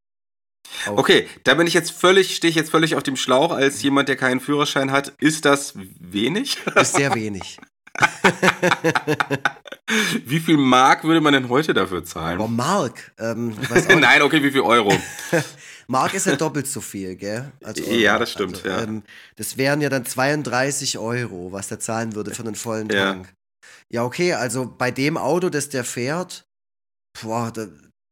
Auch. Okay, da bin ich jetzt völlig, stehe ich jetzt völlig auf dem Schlauch als jemand, der keinen Führerschein hat. Ist das wenig? Ist sehr wenig. Wie viel Mark würde man denn heute dafür Aber zahlen? Mark, ähm, ich weiß auch nicht. Nein, okay, wie viel Euro? Mark ist ja doppelt so viel, gell? Als Euro. Ja, das stimmt, Also, ja. ähm, das wären ja dann zweiunddreißig Euro, was der zahlen würde für einen vollen Ja. Tank. Ja, okay, also bei dem Auto, das der fährt, boah, da,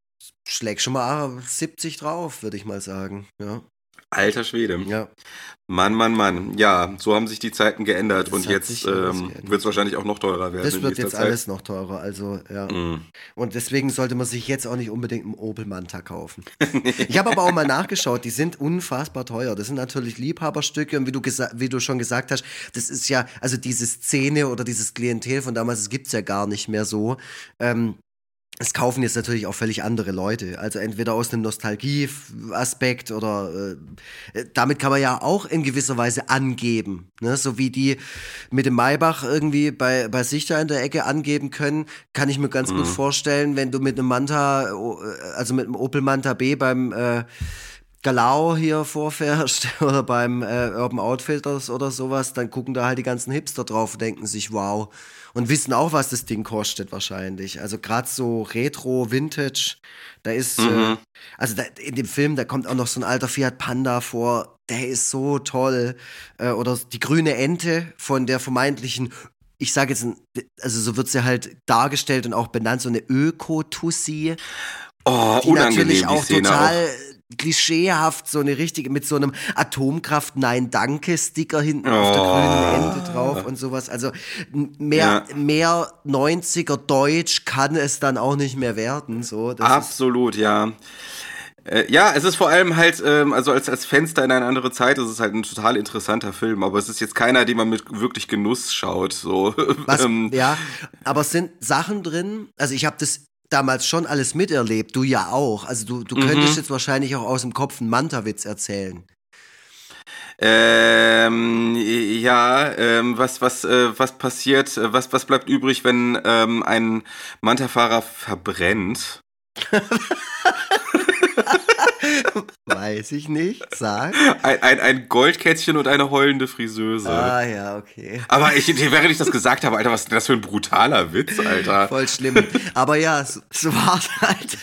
schlägt schon mal siebzig drauf, würde ich mal sagen. Ja. Alter Schwede. Ja. Mann, Mann, Mann. Ja, so haben sich die Zeiten geändert Das und hat jetzt sich alles ähm, geändert. wird es wahrscheinlich auch noch teurer werden. Das in wird nächster jetzt Zeit. alles noch teurer, also ja. Mm. Und deswegen sollte man sich jetzt auch nicht unbedingt einen Opel Manta kaufen. Ich habe aber auch mal nachgeschaut, die sind unfassbar teuer. Das sind natürlich Liebhaberstücke und wie du, gesa- wie du schon gesagt hast, das ist ja, also diese Szene oder dieses Klientel von damals, das gibt es ja gar nicht mehr so. Ähm, Es kaufen jetzt natürlich auch völlig andere Leute. Also entweder aus einem Nostalgie-Aspekt oder äh, damit kann man ja auch in gewisser Weise angeben. Ne? So wie die mit dem Maybach irgendwie bei, bei sich da in der Ecke angeben können, kann ich mir ganz gut vorstellen, wenn du mit einem Manta, äh, also mit einem Opel Manta B beim äh, Galau hier vorfährst oder beim äh, Urban Outfitters oder sowas, dann gucken da halt die ganzen Hipster drauf und denken sich, wow. Und wissen auch, was das Ding kostet wahrscheinlich. Also gerade so Retro, Vintage, da ist, Mhm. äh, also da, in dem Film, da kommt auch noch so ein alter Fiat Panda vor, der ist so toll. Äh, oder die grüne Ente von der vermeintlichen, ich sage jetzt, ein- also so wird sie halt dargestellt und auch benannt, so eine Öko-Tussi, Oh, die unangenehm, natürlich die auch Szene total klischeehaft, so eine richtige, mit so einem Atomkraft-Nein-Danke-Sticker hinten auf der grünen Ende drauf und sowas. Also m- mehr, Ja. mehr neunziger Deutsch kann es dann auch nicht mehr werden. So, das ist, Absolut, ja. Äh, ja, es ist vor allem halt, ähm, also als, als Fenster in eine andere Zeit, ist es halt ein total interessanter Film, aber es ist jetzt keiner, den man mit wirklich Genuss schaut. So. was, ähm, ja, aber es sind Sachen drin, also ich habe das damals schon alles miterlebt, du ja auch. Also du, du könntest jetzt wahrscheinlich auch aus dem Kopf einen Manta-Witz erzählen. ähm, ja, ähm, was, was, äh, was passiert, äh, was, was bleibt übrig, wenn ähm, ein Manta-Fahrer verbrennt? Weiß ich nicht, sag. Ein, ein, ein Goldkätzchen und eine heulende Friseuse. Ah ja, okay. Aber ich, während ich das gesagt habe, Alter, was ist denn das für ein brutaler Witz, Alter? Voll schlimm. Aber ja, so, so war's halt.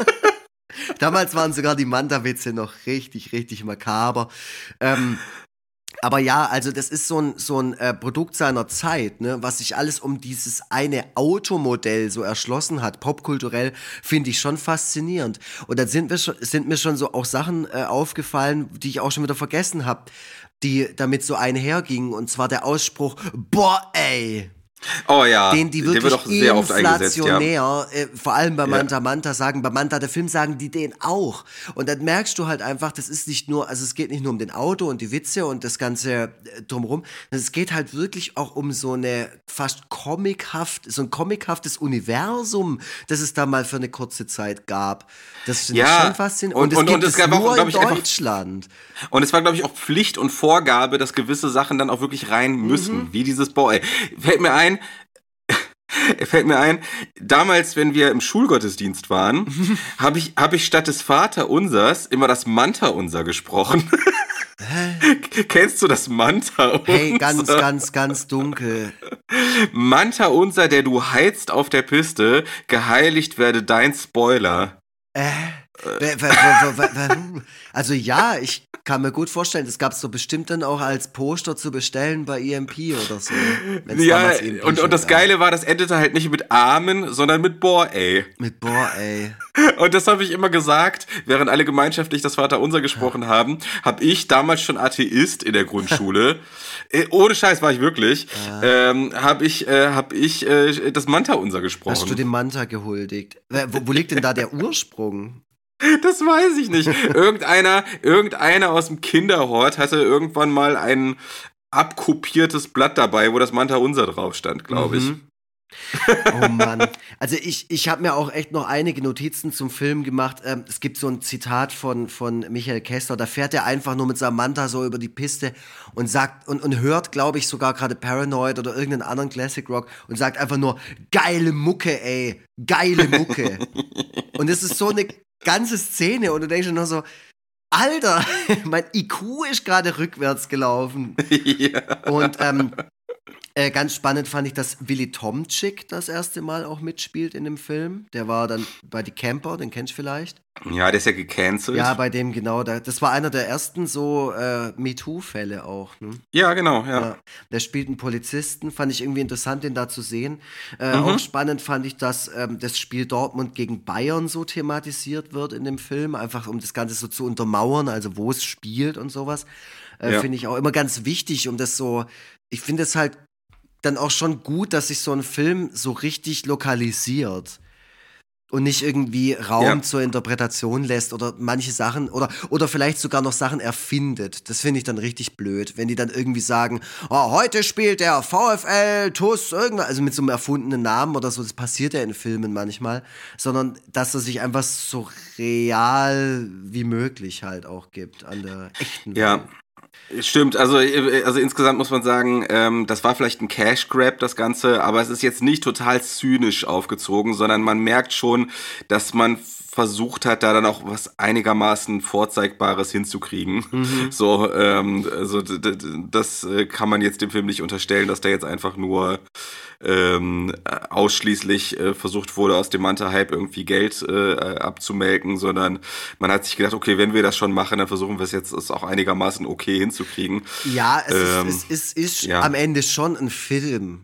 Damals waren sogar die Manta-Witze noch richtig, richtig makaber. Ähm, aber ja, also das ist so ein, so ein äh, Produkt seiner Zeit, ne? Was sich alles um dieses eine Automodell so erschlossen hat, popkulturell, finde ich schon faszinierend. Und dann sind, wir schon, sind mir schon so auch Sachen äh, aufgefallen, die ich auch schon wieder vergessen habe, die damit so einhergingen. Und zwar der Ausspruch, boah, ey. Oh ja, Den die wirklich wird auch sehr oft eingesetzt, ja. inflationär, äh, vor allem bei Ja. Manta Manta sagen, bei Manta der Film sagen die den auch. Und dann merkst du halt einfach, das ist nicht nur, also es geht nicht nur um den Auto und die Witze und das Ganze äh, drumherum, es geht halt wirklich auch um so eine fast comichaft, so ein comichaftes Universum, das es da mal für eine kurze Zeit gab. Das finde ich Ja, schon faszinierend. und- Und, es und- gibt und es es gab auch, nur glaub in ich, einfach- Deutschland. Und es war, glaube ich, auch Pflicht und Vorgabe, dass gewisse Sachen dann auch wirklich rein müssen. Wie dieses Boy. Fällt mir ein, fällt mir ein, damals, wenn wir im Schulgottesdienst waren, habe ich, hab ich statt des Vaterunsers immer das Manta-Unser gesprochen. Kennst du das Manta-Unser? Hey, ganz, ganz, ganz dunkel. Manta-Unser, der du heizt auf der Piste, geheiligt werde dein Spoiler. Äh, w- w- w- w- w- also ja, ich kann mir gut vorstellen, das gab es so bestimmt dann auch als Poster zu bestellen bei E M P oder so. wenn's Ja, damals E M P und, schon und das gab. Geile war, das endete halt nicht mit Amen, sondern mit Boah, ey. Mit boah, ey. Und das habe ich immer gesagt, während alle gemeinschaftlich das Vaterunser gesprochen haben, habe ich damals schon Atheist in der Grundschule, äh, ohne Scheiß war ich wirklich, ähm, habe ich, äh, hab ich äh, das Manta-Unser gesprochen. Hast du dem Manta gehuldigt? Äh, Wo, wo liegt denn da der Ursprung? Das weiß ich nicht. Irgendeiner, irgendeiner aus dem Kinderhort hatte irgendwann mal ein abkopiertes Blatt dabei, wo das Manta-Unser drauf stand, glaube ich. Mhm. Oh Mann. Also ich, ich habe mir auch echt noch einige Notizen zum Film gemacht. Ähm, es gibt so ein Zitat von, von Michael Kessler, da fährt er einfach nur mit seinem Manta so über die Piste und sagt und, und hört, glaube ich, sogar gerade Paranoid oder irgendeinen anderen Classic Rock und sagt einfach nur, geile Mucke, ey, geile Mucke. Und es ist so eine ganze Szene und du denkst dir nur so, Alter, mein I Q ist gerade rückwärts gelaufen. Ja. Und ähm, Äh, ganz spannend fand ich, dass Willy Tomczyk das erste Mal auch mitspielt in dem Film. Der war dann bei Die Camper, den kennst du vielleicht. Ja, der ist ja gecancelt. Ja, bei dem genau. Da, das war einer der ersten so äh, MeToo-Fälle auch. Ne? Ja, genau, ja. Ja, der spielt einen Polizisten, fand ich irgendwie interessant, den da zu sehen. Äh, Mhm. Auch spannend fand ich, dass ähm, das Spiel Dortmund gegen Bayern so thematisiert wird in dem Film, einfach um das Ganze so zu untermauern, also wo es spielt und sowas. Äh, Ja. Finde ich auch immer ganz wichtig, um das so, ich finde es halt dann auch schon gut, dass sich so ein Film so richtig lokalisiert. Und nicht irgendwie Raum Ja. zur Interpretation lässt oder manche Sachen oder, oder vielleicht sogar noch Sachen erfindet. Das finde ich dann richtig blöd, wenn die dann irgendwie sagen, oh, heute spielt der VfL T U S irgendwas, also mit so einem erfundenen Namen oder so, das passiert ja in Filmen manchmal, sondern dass er sich einfach so real wie möglich halt auch gibt an der echten Ja. Welt. Stimmt, also, äh, also insgesamt muss man sagen, ähm, das war vielleicht ein Cash-Grab, das Ganze, aber es ist jetzt nicht total zynisch aufgezogen, sondern man merkt schon, dass man versucht hat, da dann auch was einigermaßen Vorzeigbares hinzukriegen. Mhm. So, ähm, also d- d- das äh, kann man jetzt dem Film nicht unterstellen, dass der jetzt einfach nur ähm, ausschließlich äh, versucht wurde, aus dem Manta-Hype irgendwie Geld äh, abzumelken, sondern man hat sich gedacht, okay, wenn wir das schon machen, dann versuchen wir es jetzt es auch einigermaßen okay hinzukriegen. Ja, es, Ähm, ist, es, ist, ist ja. am Ende schon ein Film.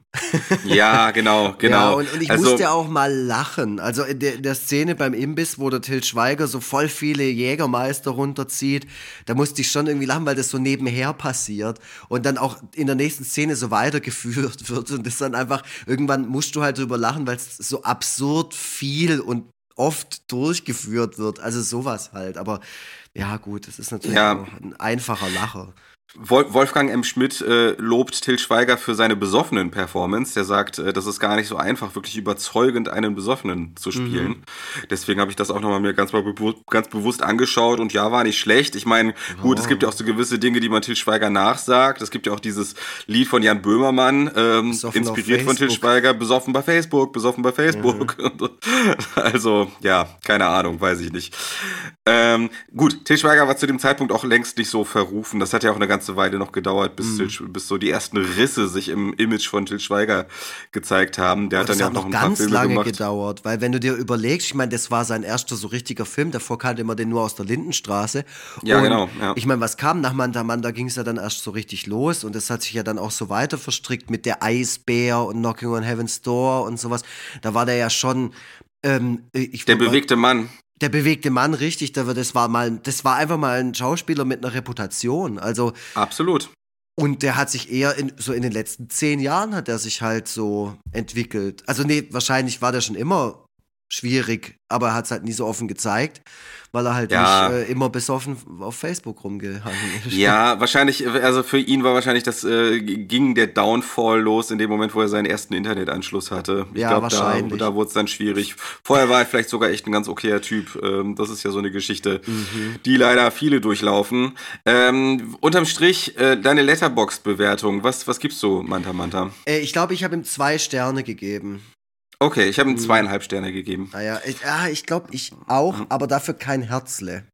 Ja, genau, genau. Ja, und, und ich also, musste auch mal lachen. Also in der, in der Szene beim Imbiss, wo der Til Schweiger so voll viele Jägermeister runterzieht, da musste ich schon irgendwie lachen, weil das so nebenher passiert und dann auch in der nächsten Szene so weitergeführt wird und das dann einfach, irgendwann musst du halt drüber lachen, weil es so absurd viel und oft durchgeführt wird. Also sowas halt. Aber ja, gut, das ist natürlich Ja. auch ein einfacher Lacher. Wol- Wolfgang M. Schmidt äh, lobt Til Schweiger für seine besoffenen Performance. Der sagt, äh, das ist gar nicht so einfach, wirklich überzeugend einen Besoffenen zu spielen. Mhm. Deswegen habe ich das auch nochmal mir ganz, mal bewu- ganz bewusst angeschaut und ja, war nicht schlecht. Ich meine, gut, es gibt ja auch so gewisse Dinge, die man Til Schweiger nachsagt. Es gibt ja auch dieses Lied von Jan Böhmermann, ähm, Besoffen auf inspiriert von Til Facebook. Schweiger, besoffen bei Facebook, besoffen bei Facebook. Mhm. Also, ja, keine Ahnung, weiß ich nicht. Ähm, gut, Til Schweiger war zu dem Zeitpunkt auch längst nicht so verrufen. Das hat ja auch eine ganze Weile noch gedauert, bis, Mhm. Til, bis so die ersten Risse sich im Image von Til Schweiger gezeigt haben. Der hat Das dann ja hat auch noch noch ein paar ganz Filme lange gemacht. gedauert, weil wenn du dir überlegst, ich meine, das war sein erster so richtiger Film, davor kannte man den nur aus der Lindenstraße. Ja, Und genau, ja. Ich meine, was kam nach Manta Manta, ging es ja dann erst so richtig los und das hat sich ja dann auch so weiter verstrickt mit der Eisbär und Knocking on Heaven's Door und sowas. Da war der ja schon, ähm, ich Der würd mal- bewegte Mann. Der bewegte Mann, richtig, da war- das war mal, das war einfach mal ein Schauspieler mit einer Reputation. Also Absolut. und der hat sich eher in, so in den letzten zehn Jahren hat er sich halt so entwickelt. Also nee, wahrscheinlich war der schon immer schwierig, aber er hat es halt nie so offen gezeigt, weil er halt Ja. nicht äh, immer besoffen auf Facebook rumgehangen ist. Ja, wahrscheinlich, also für ihn war wahrscheinlich das, äh, ging der Downfall los in dem Moment, wo er seinen ersten Internetanschluss hatte. Ich Ja, glaube, da, wahrscheinlich. da wurde es dann schwierig. Vorher war er vielleicht sogar echt ein ganz okayer Typ. Ähm, das ist ja so eine Geschichte, Mhm. die leider viele durchlaufen. Ähm, unterm Strich, äh, deine Letterboxd-Bewertung, was, was gibst du, Manta Manta? Äh, ich glaube, ich habe ihm zwei Sterne gegeben. Okay, ich habe ihm Mhm. zweieinhalb Sterne gegeben. Naja, ich, ah, ich glaube, ich auch, aber dafür kein Herzle.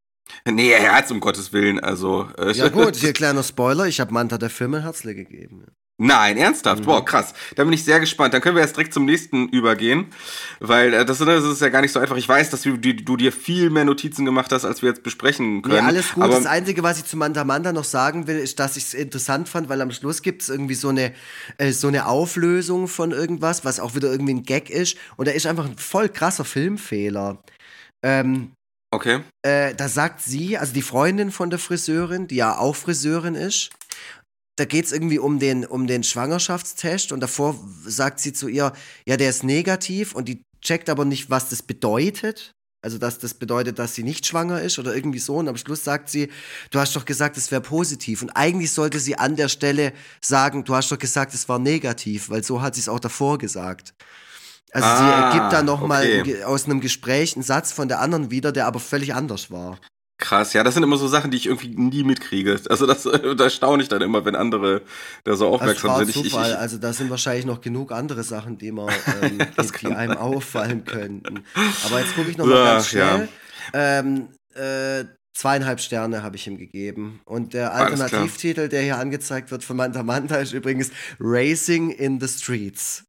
Nee, Herz, um Gottes Willen, also. Äh, Ja gut, hier kleiner Spoiler, ich habe Manta der Film ein Herzle gegeben. Nein, ernsthaft? Mhm. Boah, krass. Da bin ich sehr gespannt. Dann können wir jetzt direkt zum nächsten übergehen, weil äh, das, das ist ja gar nicht so einfach. Ich weiß, dass du, die, du dir viel mehr Notizen gemacht hast, als wir jetzt besprechen können. Nee, alles gut. Aber, Das Einzige, was ich zu Manta Manta noch sagen will, ist, dass ich es interessant fand, weil am Schluss gibt es irgendwie so eine, äh, so eine Auflösung von irgendwas, was auch wieder irgendwie ein Gag ist. Und da ist einfach ein voll krasser Filmfehler. Ähm, okay. äh, da sagt sie, also die Freundin von der Friseurin, die ja auch Friseurin ist, da geht es irgendwie um den, um den Schwangerschaftstest und davor sagt sie zu ihr, ja, der ist negativ und die checkt aber nicht, was das bedeutet. Also, dass das bedeutet, dass sie nicht schwanger ist oder irgendwie so. Und am Schluss sagt sie, du hast doch gesagt, es wäre positiv. Und eigentlich sollte sie an der Stelle sagen, du hast doch gesagt, es war negativ, weil so hat sie es auch davor gesagt. Also, Ah, sie gibt da nochmal okay. aus einem Gespräch einen Satz von der anderen wieder, der aber völlig anders war. Krass, ja, das sind immer so Sachen, die ich irgendwie nie mitkriege. Also das, da staune ich dann immer, wenn andere da so Das aufmerksam war sind. Ich, ich, Zufall. ich, Also da sind wahrscheinlich noch genug andere Sachen, die, man, ähm, Das die, kann die einem sein. auffallen könnten. Aber jetzt gucke ich noch mal Ja, ganz schnell. Ähm, äh, Zweieinhalb Sterne habe ich ihm gegeben. Und der Alles klar. Alternativtitel, der hier angezeigt wird von Manta Manta, ist übrigens Racing in the Streets.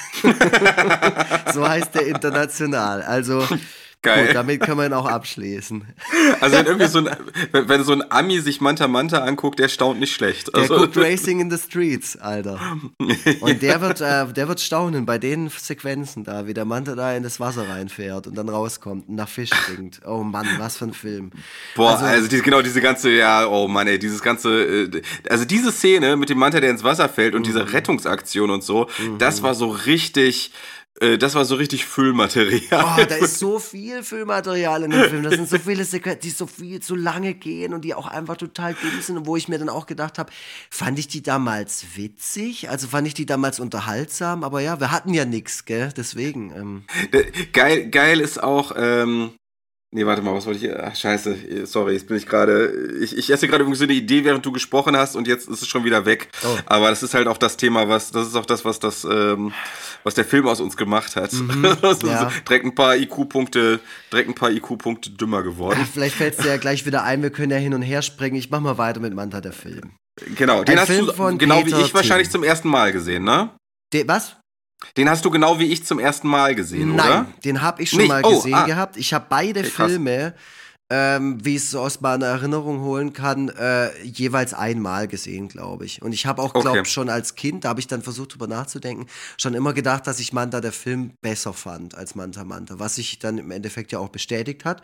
So heißt der international. Also Geil. gut, damit kann man auch abschließen. Also wenn irgendwie so ein, wenn, wenn so ein Ami sich Manta Manta anguckt, der staunt nicht schlecht. Der Also, guckt Racing in the Streets, Alter. Und der wird, äh, der wird staunen bei den Sequenzen da, wie der Manta da in das Wasser reinfährt und dann rauskommt und nach Fisch stinkt. Oh Mann, was für ein Film. Boah, Also- also, die, genau diese ganze, ja, oh Mann, ey, dieses ganze, äh, also diese Szene mit dem Manta, der ins Wasser fällt und diese Rettungsaktion und so, das war so richtig, äh, das war so richtig Füllmaterial. Oh, da ist so viel Filmmaterial in dem Film. Da sind so viele Sequenzen, die so viel zu lange gehen und die auch einfach total dumm sind. Und wo ich mir dann auch gedacht habe, fand ich die damals witzig? Also fand ich die damals unterhaltsam? Aber ja, wir hatten ja nichts, gell? Deswegen. Ähm. Geil, geil ist auch, ähm, nee, warte mal, was wollte ich, ach, scheiße, sorry, jetzt bin ich gerade, ich, ich esse gerade irgendwie so eine Idee, während du gesprochen hast und jetzt ist es schon wieder weg. Oh. Aber das ist halt auch das Thema, was, das ist auch das, was das, ähm, was der Film aus uns gemacht hat. Also ja. so direkt ein paar I Q-Punkte, direkt ein paar I Q-Punkte dümmer geworden. Vielleicht fällt es dir ja gleich wieder ein, wir können ja hin und her springen. Ich mach mal weiter mit Manta, der Film. Genau, den Ein hast Film du, von genau Peter wie ich wahrscheinlich Tim. zum ersten Mal gesehen, ne? De, was? Den hast du genau wie ich zum ersten Mal gesehen, Nein, oder? den habe ich schon Nicht? mal Oh, gesehen ah. gehabt. Ich habe beide Okay, krass. Filme, ähm, wie ich es so aus meiner Erinnerung holen kann, äh, jeweils einmal gesehen, glaube ich. Und ich habe auch, glaube Okay. schon als Kind, da habe ich dann versucht, drüber nachzudenken, schon immer gedacht, dass ich Manta, der Film, besser fand als Manta Manta, was sich dann im Endeffekt ja auch bestätigt hat.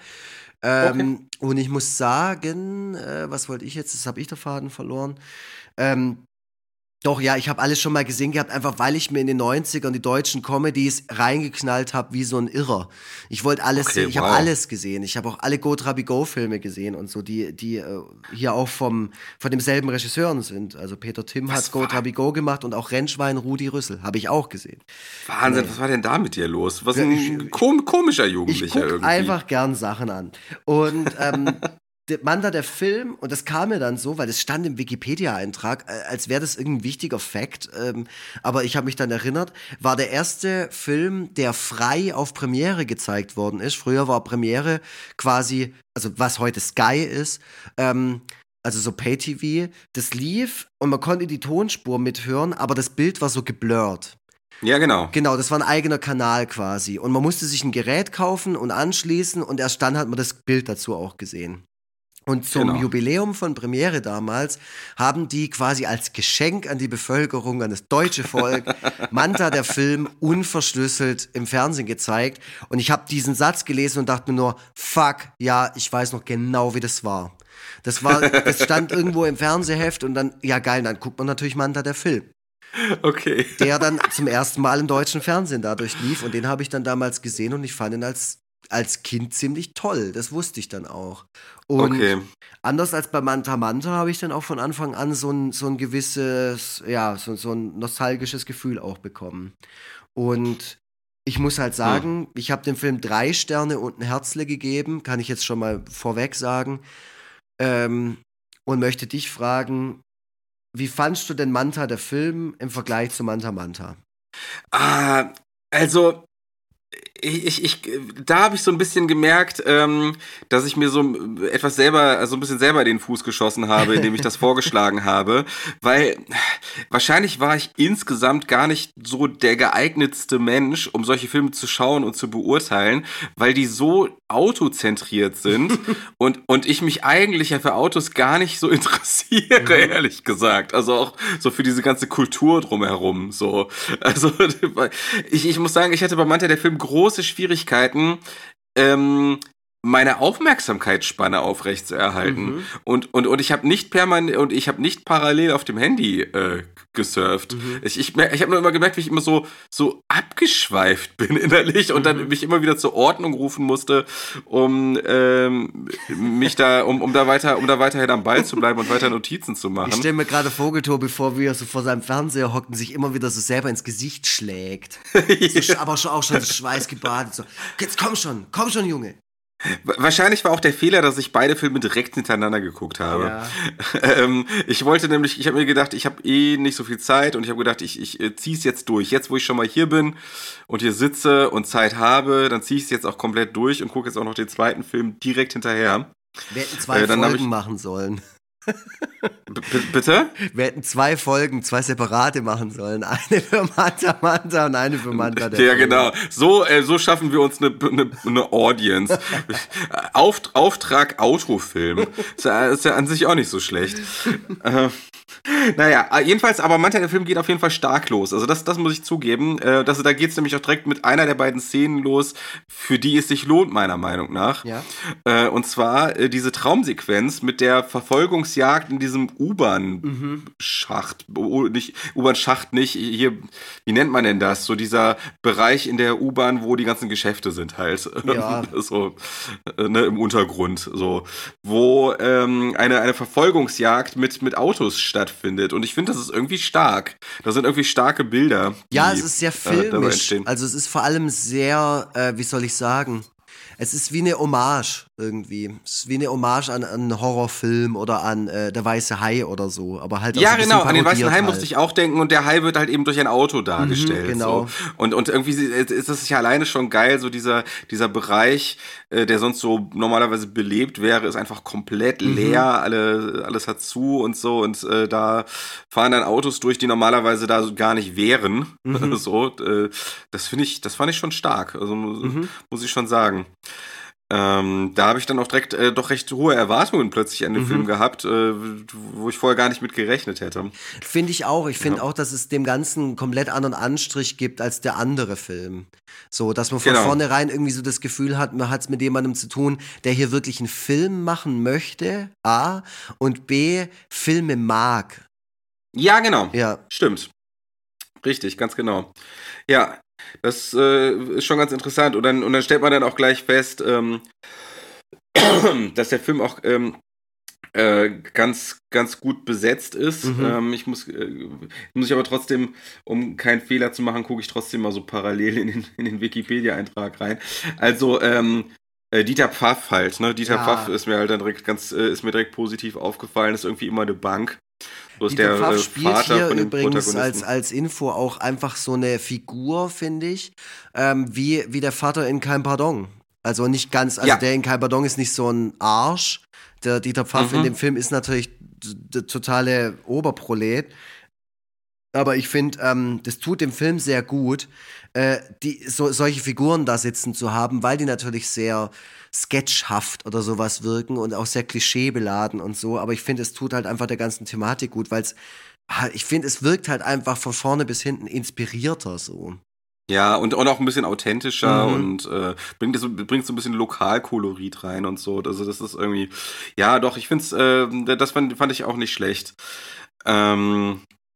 Ähm, Und ich muss sagen, äh, was wollte ich jetzt? Das habe ich der Faden verloren. Ähm, Doch, ja, ich habe alles schon mal gesehen gehabt, einfach weil ich mir in den neunzigern die deutschen Comedies reingeknallt habe wie so ein Irrer. Ich wollte alles Okay, sehen, ich wow. habe alles gesehen. Ich habe auch alle Go Trabi Go Filme gesehen und so, die, die äh, hier auch vom, von demselben Regisseuren sind. Also Peter Tim Was hat Go war- Trabi Go gemacht und auch Rennschwein Rudi Rüssel habe ich auch gesehen. Wahnsinn, Nee. was war denn da mit dir los? Was Ja, ein ich- kom komischer Ich Jugendlicher gucke irgendwie. einfach gern Sachen an. Und ähm, der Manta, der Film, und das kam mir dann so, weil es stand im Wikipedia-Eintrag, äh, als wäre das irgendein wichtiger Fact, ähm, aber ich habe mich dann erinnert, war der erste Film, der frei auf Premiere gezeigt worden ist. Früher war Premiere quasi, also was heute Sky ist, ähm, also so Pay-T V, das lief und man konnte die Tonspur mithören, aber das Bild war so geblurrt. Ja, genau. Genau, das war ein eigener Kanal quasi. Und man musste sich ein Gerät kaufen und anschließen und erst dann hat man das Bild dazu auch gesehen. Und zum Genau. Jubiläum von Premiere damals haben die quasi als Geschenk an die Bevölkerung, an das deutsche Volk, Manta, der Film, unverschlüsselt im Fernsehen gezeigt. Und ich habe diesen Satz gelesen und dachte mir nur, fuck, ja, ich weiß noch genau, wie das war. Das war, das stand irgendwo im Fernsehheft und dann, ja geil, dann guckt man natürlich Manta, der Film. Okay. Der dann zum ersten Mal im deutschen Fernsehen dadurch lief und den habe ich dann damals gesehen und ich fand ihn als, als Kind ziemlich toll. Das wusste ich dann auch. Und Okay. anders als bei Manta Manta habe ich dann auch von Anfang an so ein, so ein gewisses, ja, so, so ein nostalgisches Gefühl auch bekommen. Und ich muss halt sagen, ich habe dem Film drei Sterne und ein Herzle gegeben, kann ich jetzt schon mal vorweg sagen. Ähm, und möchte dich fragen, wie fandst du denn Manta, der Film, im Vergleich zu Manta Manta? Ah, also, ich, ich, ich da habe ich so ein bisschen gemerkt, ähm, dass ich mir so etwas selber, also ein bisschen selber den Fuß geschossen habe, indem ich das vorgeschlagen habe, weil wahrscheinlich war ich insgesamt gar nicht so der geeignetste Mensch, um solche Filme zu schauen und zu beurteilen, weil die so autozentriert sind und, und ich mich eigentlich ja für Autos gar nicht so interessiere, ehrlich gesagt. Also auch so für diese ganze Kultur drumherum, so. Also, ich, ich muss sagen, ich hatte bei Manta, der Film, große Schwierigkeiten, ähm, meine Aufmerksamkeitsspanne aufrechtzuerhalten. Mhm. Und, und, und ich habe nicht permanent und ich habe nicht parallel auf dem Handy äh, gesurft. Mhm. Ich, ich, mer- ich habe nur immer gemerkt, wie ich immer so, so abgeschweift bin innerlich und dann mich immer wieder zur Ordnung rufen musste, um ähm, mich da, um, um da weiter, um da weiterhin am Ball zu bleiben und weiter Notizen zu machen. Ich stelle mir gerade Vogeltor, bevor wir so vor seinem Fernseher hockt und sich immer wieder so selber ins Gesicht schlägt. So, sch- aber schon auch schon so schweißgebadet. So, jetzt komm schon, komm schon, Junge. Wa- Wahrscheinlich war auch der Fehler, dass ich beide Filme direkt hintereinander geguckt habe. Ja. ähm, ich wollte nämlich, ich habe mir gedacht, ich habe eh nicht so viel Zeit und ich habe gedacht, ich, ich äh, ziehe es jetzt durch. Jetzt, wo ich schon mal hier bin und hier sitze und Zeit habe, dann ziehe ich es jetzt auch komplett durch und gucke jetzt auch noch den zweiten Film direkt hinterher. Wir hätten zwei Äh, dann hab Folgen ich- machen sollen. B b- bitte? Wir hätten zwei Folgen, zwei separate machen sollen. Eine für Manta Manta und eine für Manta der Ja, Film. genau. So, äh, so schaffen wir uns eine, eine, eine Audience. Auf, Auftrag Autofilm. Ist ja, ist ja an sich auch nicht so schlecht. äh, naja, jedenfalls, aber Manta der Film geht auf jeden Fall stark los. Also das, das muss ich zugeben. Äh, das, da geht es nämlich auch direkt mit einer der beiden Szenen los, für die es sich lohnt, meiner Meinung nach. Ja. Äh, und zwar äh, diese Traumsequenz mit der Verfolgungsjagd in diesem U-Bahn-Schacht. Oh, nicht, U-Bahn-Schacht nicht. Hier, wie nennt man denn das? So dieser Bereich in der U-Bahn, wo die ganzen Geschäfte sind halt. Ja. so, äh, ne, im Untergrund. So. Wo ähm, eine, eine Verfolgungsjagd mit, mit Autos stattfindet. Und ich finde, das ist irgendwie stark. Das sind irgendwie starke Bilder. Ja, die, es ist sehr äh, dabei filmisch. entstehen. Also es ist vor allem sehr, äh, wie soll ich sagen, es ist wie eine Hommage irgendwie. Es ist wie eine Hommage an, an einen Horrorfilm oder an äh, Der Weiße Hai oder so. Aber halt auch so Ja, ein bisschen genau, an den Weißen parodiert Hai halt. musste ich auch denken und der Hai wird halt eben durch ein Auto dargestellt. Mhm, genau. So. Und, und irgendwie ist das ja alleine schon geil, so dieser, dieser Bereich, äh, der sonst so normalerweise belebt wäre, ist einfach komplett leer, Mhm. alle, alles hat zu und so und äh, da fahren dann Autos durch, die normalerweise da so gar nicht wären. Mhm. so, äh, das finde ich, das fand ich schon stark, also Mhm. muss ich schon sagen. Ähm, da habe ich dann auch direkt äh, doch recht hohe Erwartungen plötzlich an den Mhm. Film gehabt, äh, wo ich vorher gar nicht mit gerechnet hätte. Finde ich auch. Ich finde Ja. auch, dass es dem Ganzen einen komplett anderen Anstrich gibt als der andere Film. So, dass man von Genau. vornherein irgendwie so das Gefühl hat, man hat es mit jemandem zu tun, der hier wirklich einen Film machen möchte, A, und B, Filme mag. Ja, genau. Ja. Stimmt. Richtig, ganz genau. Ja, das äh, ist schon ganz interessant. Und dann, und dann stellt man dann auch gleich fest, ähm, dass der Film auch ähm, äh, ganz, ganz gut besetzt ist. Mhm. Ähm, ich muss, äh, muss ich aber trotzdem, um keinen Fehler zu machen, gucke ich trotzdem mal so parallel in den, in den Wikipedia-Eintrag rein. Also, ähm, äh, Dieter Pfaff halt, ne? Dieter Ja. Pfaff ist mir halt dann direkt ganz, äh, ist mir direkt positiv aufgefallen, ist irgendwie immer eine Bank. So ist Dieter der Pfaff äh, spielt Vater hier von dem übrigens als, Protagonisten. als Info auch einfach so eine Figur, finde ich, ähm, wie, wie der Vater in Kein Pardon. Also nicht ganz, also Ja. der in Kein Pardon ist nicht so ein Arsch. Der Dieter Pfaff Mhm. in dem Film ist natürlich d- der totale Oberprolet. Aber ich finde, ähm, das tut dem Film sehr gut, äh, die, so, solche Figuren da sitzen zu haben, weil die natürlich sehr sketchhaft oder sowas wirken und auch sehr klischeebeladen und so. Aber ich finde, es tut halt einfach der ganzen Thematik gut, weil es, ich finde, es wirkt halt einfach von vorne bis hinten inspirierter so. Ja, und, und auch ein bisschen authentischer Mhm. und äh, bringt, das, bringt so ein bisschen Lokalkolorit rein und so. Also das ist irgendwie, ja doch, ich finde es, äh, das fand, fand ich auch nicht schlecht. Ähm,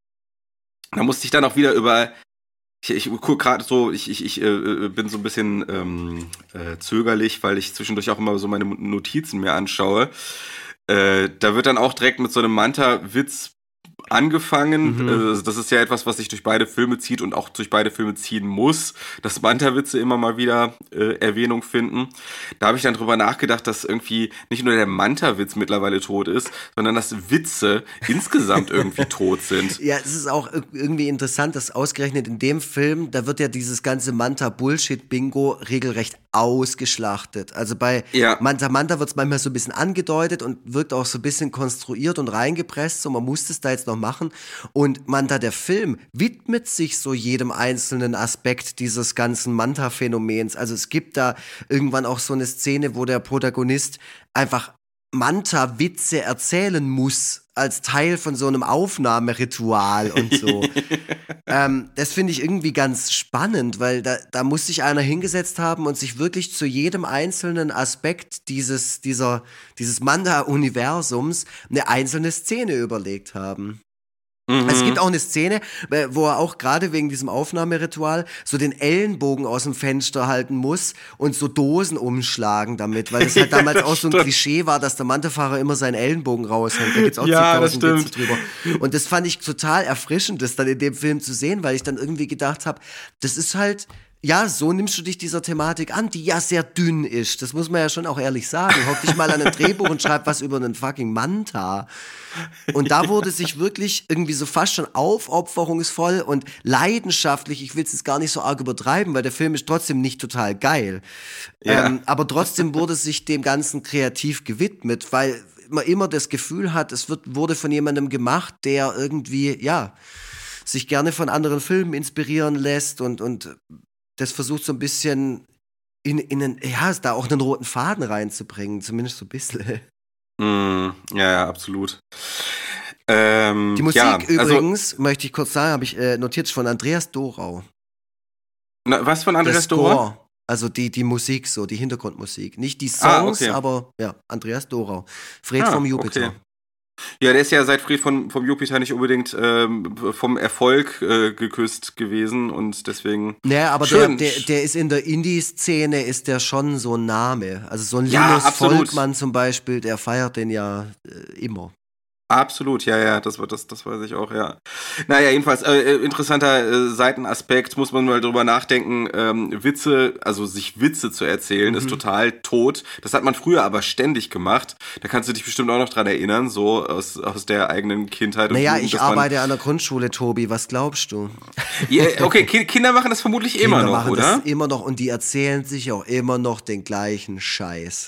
da musste ich dann auch wieder über, ich, ich guck gerade so, ich, ich, ich äh, bin so ein bisschen ähm, äh, zögerlich, weil ich zwischendurch auch immer so meine Notizen mir anschaue. Äh, da wird dann auch direkt mit so einem Manta-Witz angefangen. Mhm. Äh, das ist ja etwas, was sich durch beide Filme zieht und auch durch beide Filme ziehen muss, dass Manta-Witze immer mal wieder äh, Erwähnung finden. Da habe ich dann drüber nachgedacht, dass irgendwie nicht nur der Manta-Witz mittlerweile tot ist, sondern dass Witze insgesamt irgendwie tot sind. Ja, es ist auch ir- irgendwie interessant, dass ausgerechnet in dem Film, da wird ja dieses ganze Manta-Bullshit-Bingo regelrecht ausgeschlachtet. Also bei Ja. Manta Manta wird es manchmal so ein bisschen angedeutet und wirkt auch so ein bisschen konstruiert und reingepresst, so man muss es da jetzt noch machen. Und Manta, der Film, widmet sich so jedem einzelnen Aspekt dieses ganzen Manta-Phänomens. Also es gibt da irgendwann auch so eine Szene, wo der Protagonist einfach Manta-Witze erzählen muss als Teil von so einem Aufnahmeritual und so. ähm, das finde ich irgendwie ganz spannend, weil da, da muss sich einer hingesetzt haben und sich wirklich zu jedem einzelnen Aspekt dieses, dieser, dieses Manta-Universums eine einzelne Szene überlegt haben. Mhm. Es gibt auch eine Szene, äh, wo er auch gerade wegen diesem Aufnahmeritual so den Ellenbogen aus dem Fenster halten muss und so Dosen umschlagen damit, weil das halt Ja, damals das auch so ein stimmt. Klischee war, dass der Mantefahrer immer seinen Ellenbogen raushängt. Da gibt's auch Ja, das zigtausend Witze stimmt. drüber. Und das fand ich total erfrischend, das dann in dem Film zu sehen, weil ich dann irgendwie gedacht habe, das ist halt ja, so nimmst du dich dieser Thematik an, die ja sehr dünn ist. Das muss man ja schon auch ehrlich sagen. Hock dich mal an ein Drehbuch und schreib was über einen fucking Manta. Und da wurde sich wirklich irgendwie so fast schon aufopferungsvoll und leidenschaftlich, ich will es jetzt gar nicht so arg übertreiben, weil der Film ist trotzdem nicht total geil. Ja. Ähm, aber trotzdem wurde sich dem Ganzen kreativ gewidmet, weil man immer das Gefühl hat, es wird, wurde von jemandem gemacht, der irgendwie, ja, sich gerne von anderen Filmen inspirieren lässt und, und das versucht so ein bisschen in, in einen, ja, da auch einen roten Faden reinzubringen, zumindest so ein bisschen. Mm, ja, ja, absolut. Ähm, Die Musik ja, übrigens, also, möchte ich kurz sagen, habe ich äh, notiert, von Andreas Dorau. na, was von Andreas Der Dorau? Score, also die, die Musik so, die Hintergrundmusik. Nicht die Songs, Ah, okay. aber ja, Andreas Dorau. Fred Ah, vom Jupiter. okay. Ja, der ist ja seit Fred von, vom Jupiter nicht unbedingt ähm, vom Erfolg äh, geküsst gewesen und deswegen. Naja, aber der, schön. der, der ist in der Indie-Szene, ist der schon so ein Name. Also so ein Ja, Linus absolut. Volkmann zum Beispiel, der feiert den ja äh, immer. Absolut, ja, ja, das, das, das weiß ich auch, ja. Naja, jedenfalls, äh, interessanter äh, Seitenaspekt, muss man mal drüber nachdenken, ähm, Witze, also sich Witze zu erzählen, Mhm. ist total tot. Das hat man früher aber ständig gemacht. Da kannst du dich bestimmt auch noch dran erinnern, so aus, aus der eigenen Kindheit. und Naja, Jugend, ich dass man- arbeite an der Grundschule, Tobi, was glaubst du? Ja, okay, Ki- Kinder machen das vermutlich immer Kinder noch, machen oder? das immer noch und die erzählen sich auch immer noch den gleichen Scheiß.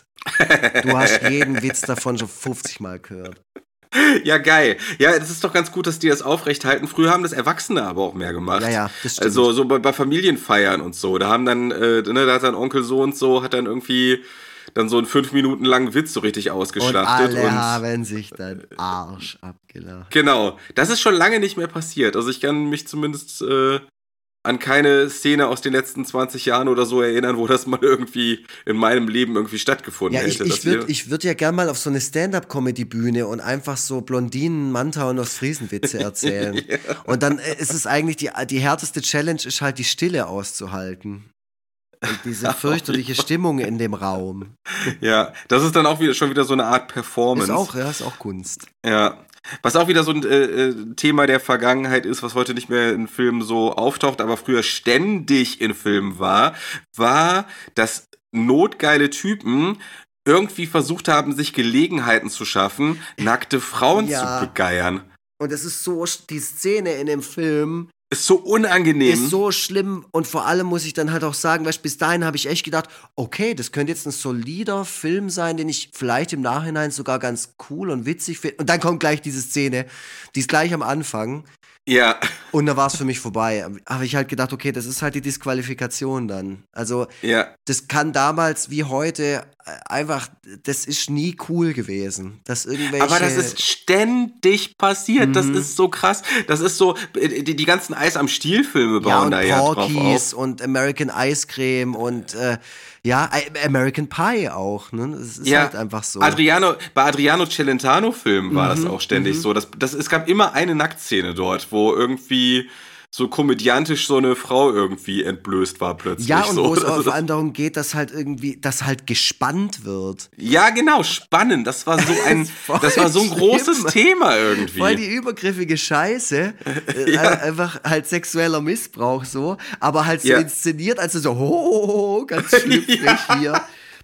Du hast jeden Witz davon schon fünfzig Mal gehört. Ja, geil. Ja, das ist doch ganz gut, dass die das aufrechthalten. Früher haben das Erwachsene aber auch mehr gemacht. Ja, ja, das stimmt. Also so bei, bei Familienfeiern und so. Da haben dann, äh, ne, da hat sein Onkel so und so, hat dann irgendwie dann so einen fünf Minuten langen Witz so richtig Und ausgeschlachtet. alle haben sich dann Arsch abgelacht. Genau. Das ist schon lange nicht mehr passiert. Also ich kann mich zumindest äh, an keine Szene aus den letzten zwanzig Jahren oder so erinnern, wo das mal irgendwie in meinem Leben irgendwie stattgefunden Ja, ich, hätte. ich dass würde wir- ich würd ja gern mal auf so eine Stand-Up-Comedy-Bühne und einfach so Blondinen, Manta und Ostfriesenwitze erzählen. Und dann äh, ist es eigentlich, die, die härteste Challenge ist halt die Stille auszuhalten. Und diese fürchterliche Stimmung in dem Raum. Ja, das ist dann auch wieder schon wieder so eine Art Performance. Ist auch, ja, ist auch Kunst. Ja. Was auch wieder so ein äh, äh, Thema der Vergangenheit ist, was heute nicht mehr in Filmen so auftaucht, aber früher ständig in Filmen war, war, dass notgeile Typen irgendwie versucht haben, sich Gelegenheiten zu schaffen, nackte Frauen Ja. zu begeiern. Und es ist so, die Szene in dem Film Ist so unangenehm. ist so schlimm und vor allem muss ich dann halt auch sagen, weil bis dahin habe ich echt gedacht, okay, das könnte jetzt ein solider Film sein, den ich vielleicht im Nachhinein sogar ganz cool und witzig finde. Und dann kommt gleich diese Szene, die ist gleich am Anfang ja, und da war es für mich vorbei. Habe ich halt gedacht, okay, das ist halt die Disqualifikation dann. Also ja. das kann damals wie heute äh, einfach, das ist nie cool gewesen. Dass irgendwelche Aber das ist ständig passiert. Das Mhm. ist so krass. Das ist so, äh, die, die ganzen Eis am Stiel-Filme bauen ja, und da ja drauf Porkies auf. und American Ice Cream und äh, ja, I- American Pie auch. Ne? Das ist Ja, halt einfach so. Adriano, bei Adriano Celentano-Filmen war das Mhm, auch ständig mhm. so. Das, das, es gab immer eine Nacktszene dort, wo irgendwie so komödiantisch so eine Frau irgendwie entblößt war plötzlich. ja, und so. wo es Also vor das, allem darum geht, dass halt irgendwie, dass halt gespannt wird. ja, genau, spannend. Das war so ein, voll das war so ein großes schlimm. Thema irgendwie. Voll die übergriffige Scheiße. Äh, Ja. Einfach halt sexueller Missbrauch so, aber halt so Ja. inszeniert, also so, ho, ganz schlüpfrig Ja. hier.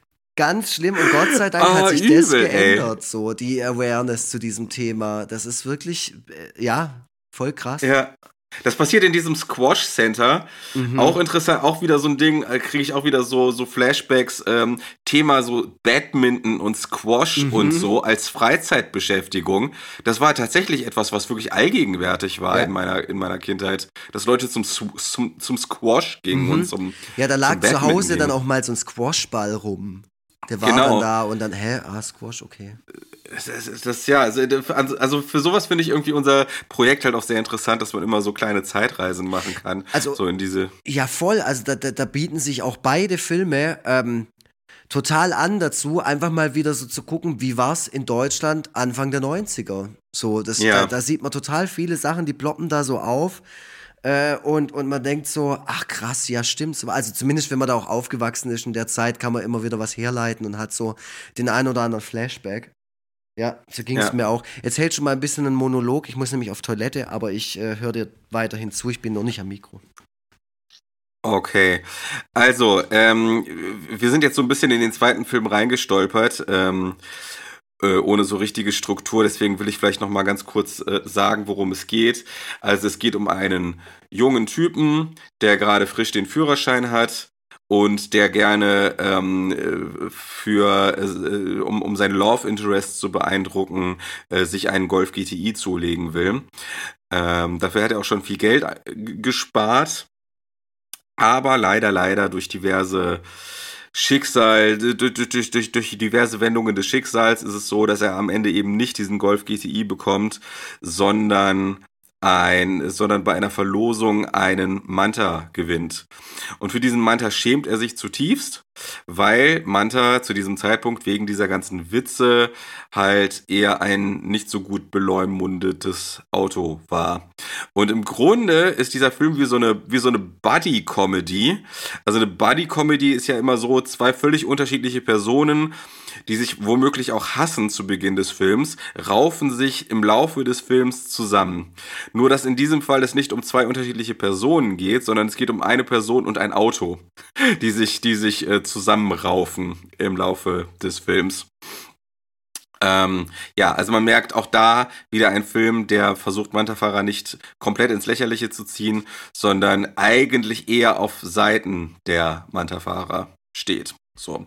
Ganz schlimm und Gott sei Dank Ah, hat sich das übel, ey. geändert, so die Awareness zu diesem Thema. Das ist wirklich, äh, ja, voll krass. Ja. Das passiert in diesem Squash Center. Mhm. Auch interessant, auch wieder so ein Ding, äh, kriege ich auch wieder so, so Flashbacks, ähm, Thema so Badminton und Squash Mhm. und so als Freizeitbeschäftigung. Das war tatsächlich etwas, was wirklich allgegenwärtig war Ja. in meiner, in meiner Kindheit. Dass Leute zum, Su- zum, zum Squash gingen Mhm. und zum. Ja, da lag zum zu Badminton Hause dann gingen. auch mal so ein Squashball rum. Der war Genau. dann da und dann, hä, ah, Squash, okay. Das, das, das, ja, also, also für sowas finde ich irgendwie unser Projekt halt auch sehr interessant, dass man immer so kleine Zeitreisen machen kann. Also- so in diese. Ja, voll. Also da, da, da bieten sich auch beide Filme ähm, total an dazu, einfach mal wieder so zu gucken, wie war's in Deutschland Anfang der neunziger. So, das, Ja. da, da sieht man total viele Sachen, die ploppen da so auf. Äh, und, und man denkt so, ach krass, ja stimmt. Also zumindest, wenn man da auch aufgewachsen ist in der Zeit, kann man immer wieder was herleiten und hat so den ein oder anderen Flashback. Ja, so ging es Ja. mir auch. Jetzt hält schon mal ein bisschen einen Monolog. Ich muss nämlich auf Toilette, aber ich äh, höre dir weiterhin zu. Ich bin noch nicht am Mikro. Okay, also ähm, wir sind jetzt so ein bisschen in den zweiten Film reingestolpert, ähm, äh, ohne so richtige Struktur. Deswegen will ich vielleicht noch mal ganz kurz äh, sagen, worum es geht. Also es geht um einen jungen Typen, der gerade frisch den Führerschein hat und der gerne ähm, äh, für äh, um, um seine Love Interest zu beeindrucken, äh, sich einen Golf G T I zulegen will. Ähm, dafür hat er auch schon viel Geld äh, g- gespart. Aber leider, leider durch diverse Schicksal, durch, durch, durch, durch diverse Wendungen des Schicksals ist es so, dass er am Ende eben nicht diesen Golf G T I bekommt, sondern ein, sondern bei einer Verlosung einen Manta gewinnt. Und für diesen Manta schämt er sich zutiefst, weil Manta zu diesem Zeitpunkt wegen dieser ganzen Witze halt eher ein nicht so gut beleumundetes Auto war. Und im Grunde ist dieser Film wie so eine, wie so eine Buddy-Comedy. Also eine Buddy-Comedy ist ja immer so zwei völlig unterschiedliche Personen, die sich womöglich auch hassen zu Beginn des Films, raufen sich im Laufe des Films zusammen. Nur, dass in diesem Fall es nicht um zwei unterschiedliche Personen geht, sondern es geht um eine Person und ein Auto, die sich, die sich äh, zusammenraufen im Laufe des Films. Ähm, ja, also man merkt auch da wieder ein Film, der versucht, Manta-Fahrer nicht komplett ins Lächerliche zu ziehen, sondern eigentlich eher auf Seiten der Manta-Fahrer steht. So.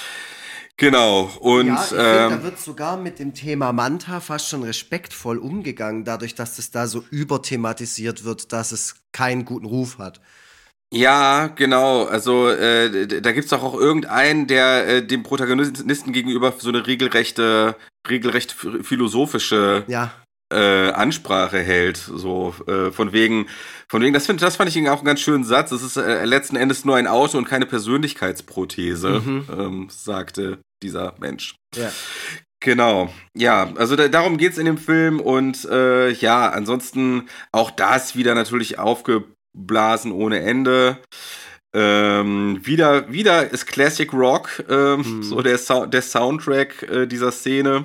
Genau, und Ja, ich finde, ähm, da wird sogar mit dem Thema Manta fast schon respektvoll umgegangen, dadurch, dass das da so überthematisiert wird, dass es keinen guten Ruf hat. ja, genau. Also äh, d- da gibt's doch auch irgendeinen, der äh, dem Protagonisten gegenüber so eine regelrechte, regelrecht ph- philosophische Ja, äh, Ansprache hält. So äh, von wegen, von wegen. Das find, das fand ich auch einen ganz schönen Satz. Es ist äh, letzten Endes nur ein Auto und keine Persönlichkeitsprothese, mhm. ähm, sagte dieser Mensch. Ja. Genau, ja, also da, darum geht's in dem Film und äh, ja, ansonsten auch das wieder natürlich aufgeblasen ohne Ende. Ähm, wieder, wieder ist Classic Rock, ähm, Hm. so der, Sou- der Soundtrack äh, dieser Szene.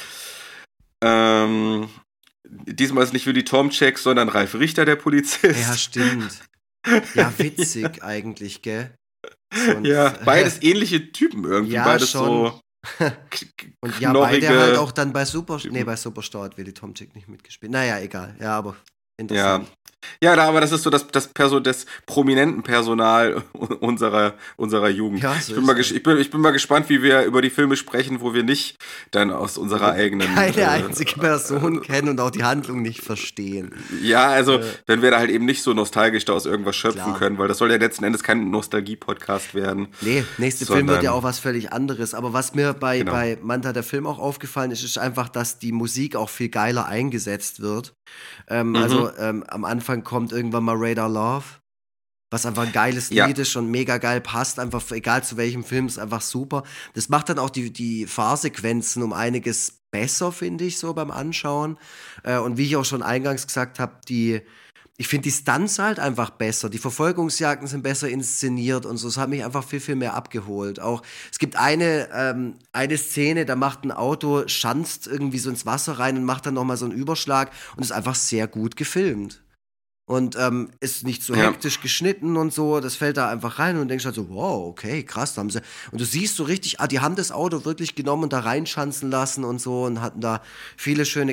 Ähm, diesmal ist nicht Willy Tomczyk, sondern Ralf Richter der Polizist. Ja, stimmt. Ja, witzig eigentlich, gell? So ein- Ja, beides ähnliche Typen irgendwie, Ja, beides schon. so k- k- Und ja, beide knorrige- halt auch dann bei Super... Typen. Nee, bei Superstar hat Willy Tomczyk nicht mitgespielt. Naja, egal. Ja, aber Ja. interessant. Ja, da, aber das ist so das, das, Perso das prominenten Personal unserer, unserer Jugend. Ja, ich, so bin ist mal es. ges- ich, bin, ich bin mal gespannt, wie wir über die Filme sprechen, wo wir nicht dann aus unserer eigenen. Keine äh, einzige Person kennen und auch die Handlung nicht verstehen. Ja, also, wenn wir da halt eben nicht so nostalgisch da aus irgendwas schöpfen Klar. können, weil das soll ja letzten Endes kein Nostalgie-Podcast werden. Nee, nächste Film wird ja Sondern- auch was völlig anderes. Aber was mir bei, Genau. bei Manta der Film auch aufgefallen ist, ist einfach, dass die Musik auch viel geiler eingesetzt wird. Ähm, Mhm. Also ähm, am Anfang kommt irgendwann mal Radar Love, was einfach ein geiles Ja. Lied ist und mega geil passt, einfach egal zu welchem Film, ist einfach super. Das macht dann auch die, die Fahrsequenzen um einiges besser, finde ich, so beim Anschauen. Äh, und wie ich auch schon eingangs gesagt habe, die ich finde die Stunts halt einfach besser. Die Verfolgungsjagden sind besser inszeniert und so. Es hat mich einfach viel, viel mehr abgeholt. Auch es gibt eine, ähm, eine Szene, da macht ein Auto, schanzt irgendwie so ins Wasser rein und macht dann nochmal so einen Überschlag und ist einfach sehr gut gefilmt. Und ähm, ist nicht so Ja. hektisch geschnitten und so. Das fällt da einfach rein und denkst halt so, wow, okay, krass. Da haben sie. Und du siehst so richtig, ah, die haben das Auto wirklich genommen und da reinschanzen lassen und so und hatten da viele schöne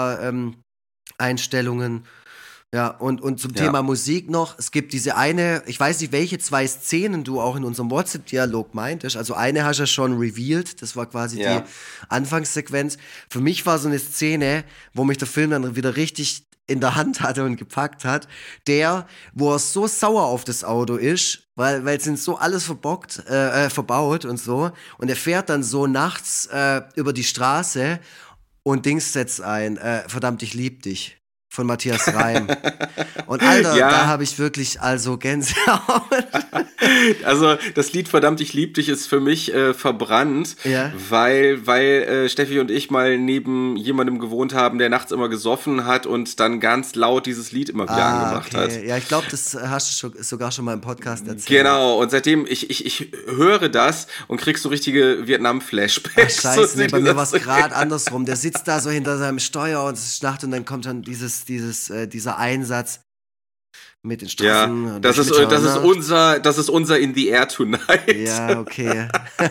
Kamera-Einstellungen. Ja, und, und zum Ja. Thema Musik noch, es gibt diese eine, ich weiß nicht, welche zwei Szenen du auch in unserem WhatsApp-Dialog meintest. Also eine hast du ja schon revealed, das war quasi Ja. die Anfangssequenz. Für mich war so eine Szene, wo mich der Film dann wieder richtig in der Hand hatte und gepackt hat, der, wo er so sauer auf das Auto ist, weil weil es sind so alles verbockt, äh, äh, verbaut und so, und er fährt dann so nachts äh, über die Straße und Dings setzt ein, äh, verdammt, ich lieb dich. Von Matthias Reim. Und Alter, Ja. da habe ich wirklich also Gänsehaut. Also das Lied Verdammt, ich lieb dich ist für mich äh, verbrannt, Ja. weil, weil äh, Steffi und ich mal neben jemandem gewohnt haben, der nachts immer gesoffen hat und dann ganz laut dieses Lied immer wieder angemacht hat. Ja, ich glaube, das hast du schon, sogar schon mal im Podcast erzählt. Genau, und seitdem, ich, ich, ich höre das und krieg so richtige Vietnam-Flashbacks. Ach, So scheiße, nee, bei mir war es das- gerade andersrum. Der sitzt da so hinter seinem Steuer und es ist Nacht und dann kommt dann dieses, dieses, äh, dieser Einsatz. mit den Ja, Straßen. das ist, das ist unser, das ist unser In the Air Tonight. Ja, okay.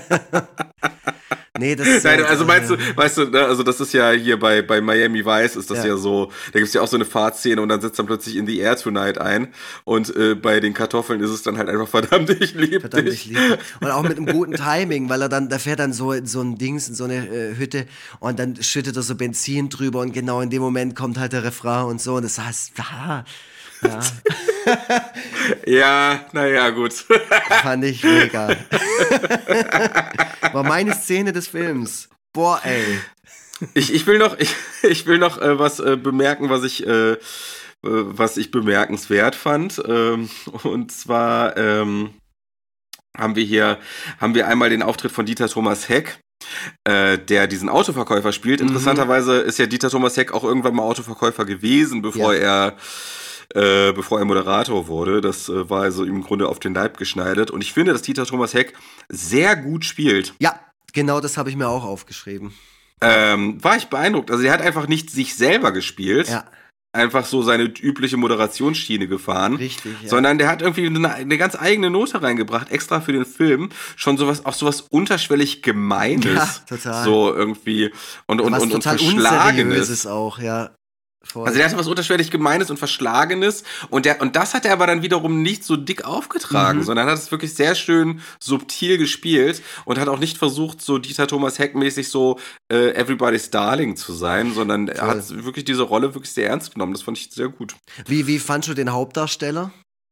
Nee, das ist Nein, ja, also meinst du, äh, weißt du, ne, also das ist ja hier bei, bei Miami Vice ist das ja, Ja. so, da gibt's ja auch so eine Fahrtszene und dann setzt dann plötzlich In the Air Tonight ein und äh, bei den Kartoffeln ist es dann halt einfach verdammt, ich lieb verdammt, dich. ich liebe. Und auch mit einem guten Timing, weil er dann, da fährt dann so in so ein Dings, in so eine äh, Hütte und dann schüttet er so Benzin drüber und genau in dem Moment kommt halt der Refrain und so und das heißt, ah, ja, Ja, naja, gut. fand ich mega. War meine Szene des Films. Boah, ey. Ich, ich will noch, ich, ich will noch äh, was äh, bemerken, was ich, äh, äh, was ich bemerkenswert fand. Ähm, und zwar ähm, haben wir hier, haben wir einmal den Auftritt von Dieter Thomas Heck, äh, der diesen Autoverkäufer spielt. Mhm. Interessanterweise ist ja Dieter Thomas Heck auch irgendwann mal Autoverkäufer gewesen, bevor er äh, bevor er Moderator wurde. Das äh, war also im Grunde auf den Leib geschneidert. Und ich finde, dass Dieter Thomas Heck sehr gut spielt. Ja, genau das habe ich mir auch aufgeschrieben. Ähm, war ich beeindruckt. Also er hat einfach nicht sich selber gespielt, Ja, einfach so seine übliche Moderationsschiene gefahren, richtig, ja. sondern der hat irgendwie eine, eine ganz eigene Note reingebracht, extra für den Film. Schon sowas, auch sowas unterschwellig Gemeines. Ja, total. So irgendwie und, und, Was und, und total Verschlagenes. Unseriöses auch, ja. Voll. Also der hatte was unterschwellig Gemeines und Verschlagenes und, der, und das hat er aber dann wiederum nicht so dick aufgetragen, Mhm. sondern hat es wirklich sehr schön subtil gespielt und hat auch nicht versucht, so Dieter Thomas Heck-mäßig so äh, Everybody's Darling zu sein, sondern er Voll. hat wirklich diese Rolle wirklich sehr ernst genommen. Das fand ich sehr gut. Wie, wie fandst du den Hauptdarsteller?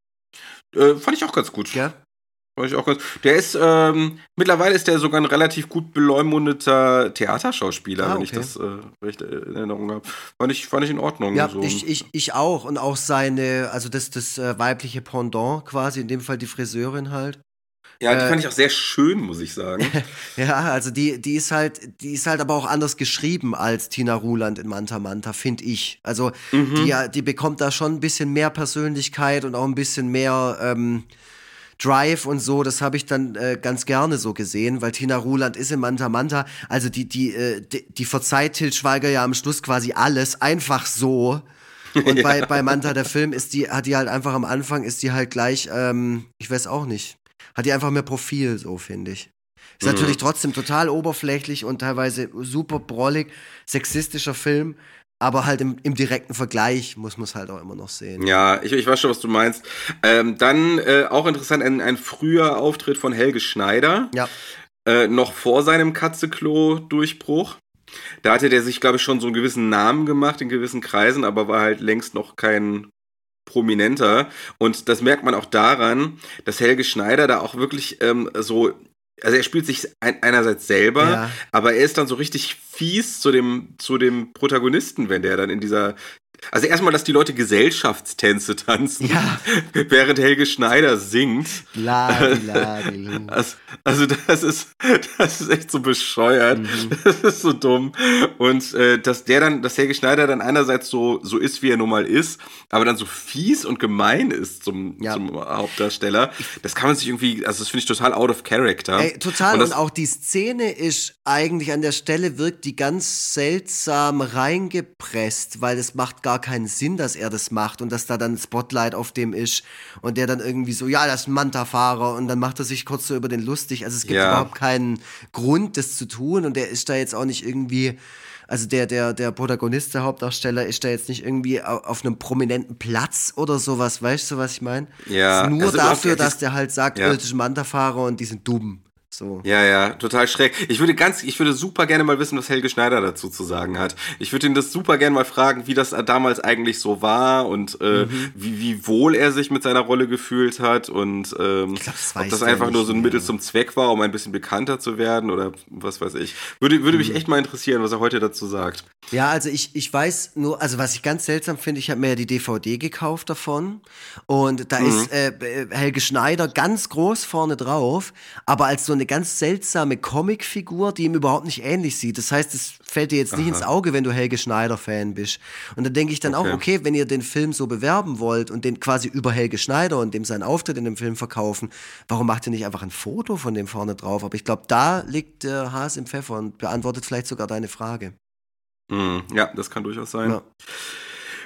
Äh, fand ich auch ganz gut. Ja? Fand ich auch ganz, der ist, ähm, mittlerweile ist der sogar ein relativ gut beleumundeter Theaterschauspieler, Ah, wenn ich okay. das äh, recht in Erinnerung habe. Fand ich, fand ich in Ordnung. Ja, so. ich, ich, ich auch. Und auch seine, also das, das äh, weibliche Pendant quasi, in dem Fall die Friseurin halt. Ja, die äh, fand ich auch sehr schön, muss ich sagen. Ja, also die, die ist halt, die ist halt aber auch anders geschrieben als Tina Ruland in Manta Manta, finde ich. Also Mhm. die, die bekommt da schon ein bisschen mehr Persönlichkeit und auch ein bisschen mehr ähm, Drive und so. Das habe ich dann äh, ganz gerne so gesehen, weil Tina Ruland ist in Manta Manta, also die, die, äh, die, die verzeiht Til Schweiger ja am Schluss quasi alles, einfach so. Und bei, bei Manta, der Film, ist die, hat die halt einfach am Anfang, ist die halt gleich, ähm, ich weiß auch nicht, hat die einfach mehr Profil, so finde ich. Ist Mhm. natürlich trotzdem total oberflächlich und teilweise super brollig, sexistischer Film, aber halt im, im direkten Vergleich muss man es halt auch immer noch sehen. Ja, ich, ich weiß schon, was du meinst. Ähm, dann äh, auch interessant, ein, ein früher Auftritt von Helge Schneider, Ja, äh, noch vor seinem Katze-Klo-Durchbruch. Da hatte der sich, glaube ich, schon so einen gewissen Namen gemacht in gewissen Kreisen, aber war halt längst noch kein Prominenter. Und das merkt man auch daran, dass Helge Schneider da auch wirklich ähm, so, also er spielt sich ein, einerseits selber, Ja. aber er ist dann so richtig fies zu dem, zu dem Protagonisten, wenn der dann in dieser, also erstmal, dass die Leute Gesellschaftstänze tanzen, Ja. während Helge Schneider singt. Ladi, ladi, lu. Also, also das ist, das ist echt so bescheuert. Mhm. Das ist so dumm. Und äh, dass der dann, dass Helge Schneider dann einerseits so, so ist, wie er nun mal ist, aber dann so fies und gemein ist zum, Ja. zum Hauptdarsteller, das kann man sich irgendwie, also das finde ich total out of character. Ey, total. Und Und, das- auch die Szene ist eigentlich an der Stelle, wirkt die ganz seltsam reingepresst, weil es macht gar keinen Sinn, dass er das macht und dass da dann ein Spotlight auf dem ist und der dann irgendwie so, ja, das ist ein Manta-Fahrer und dann macht er sich kurz so über den lustig. Also es gibt Ja. überhaupt keinen Grund, das zu tun und der ist da jetzt auch nicht irgendwie, also der, der, der Protagonist, der Hauptdarsteller, ist da jetzt nicht irgendwie au- auf einem prominenten Platz oder sowas, weißt du, was ich meine? Ja, Ist nur also überhaupt- dafür, es ist- dass der halt sagt, ja. oh, das ist ein Manta-Fahrer und die sind dumm. So. Ja, ja, total schräg. Ich würde ganz, ich würde super gerne mal wissen, was Helge Schneider dazu zu sagen hat. Ich würde ihn das super gerne mal fragen, wie das damals eigentlich so war und äh, Mhm. wie, wie wohl er sich mit seiner Rolle gefühlt hat und ähm, glaub, das ob weiß das der einfach nur nicht so ein mehr. Mittel zum Zweck war, um ein bisschen bekannter zu werden oder was weiß ich. Würde, würde Mhm. mich echt mal interessieren, was er heute dazu sagt. Ja, also ich, ich weiß nur, also was ich ganz seltsam finde, ich habe mir ja die D V D gekauft davon und da ist äh, äh, Helge Schneider ganz groß vorne drauf, aber als so eine ganz seltsame Comicfigur, die ihm überhaupt nicht ähnlich sieht. Das heißt, es fällt dir jetzt nicht ins Auge, wenn du Helge Schneider-Fan bist. Und da denke ich dann Okay. auch, okay, wenn ihr den Film so bewerben wollt und den quasi über Helge Schneider und dem seinen Auftritt in dem Film verkaufen, warum macht ihr nicht einfach ein Foto von dem vorne drauf? Aber ich glaube, da liegt der Has im Pfeffer und beantwortet vielleicht sogar deine Frage. Mhm. Ja, das kann durchaus sein. Ja.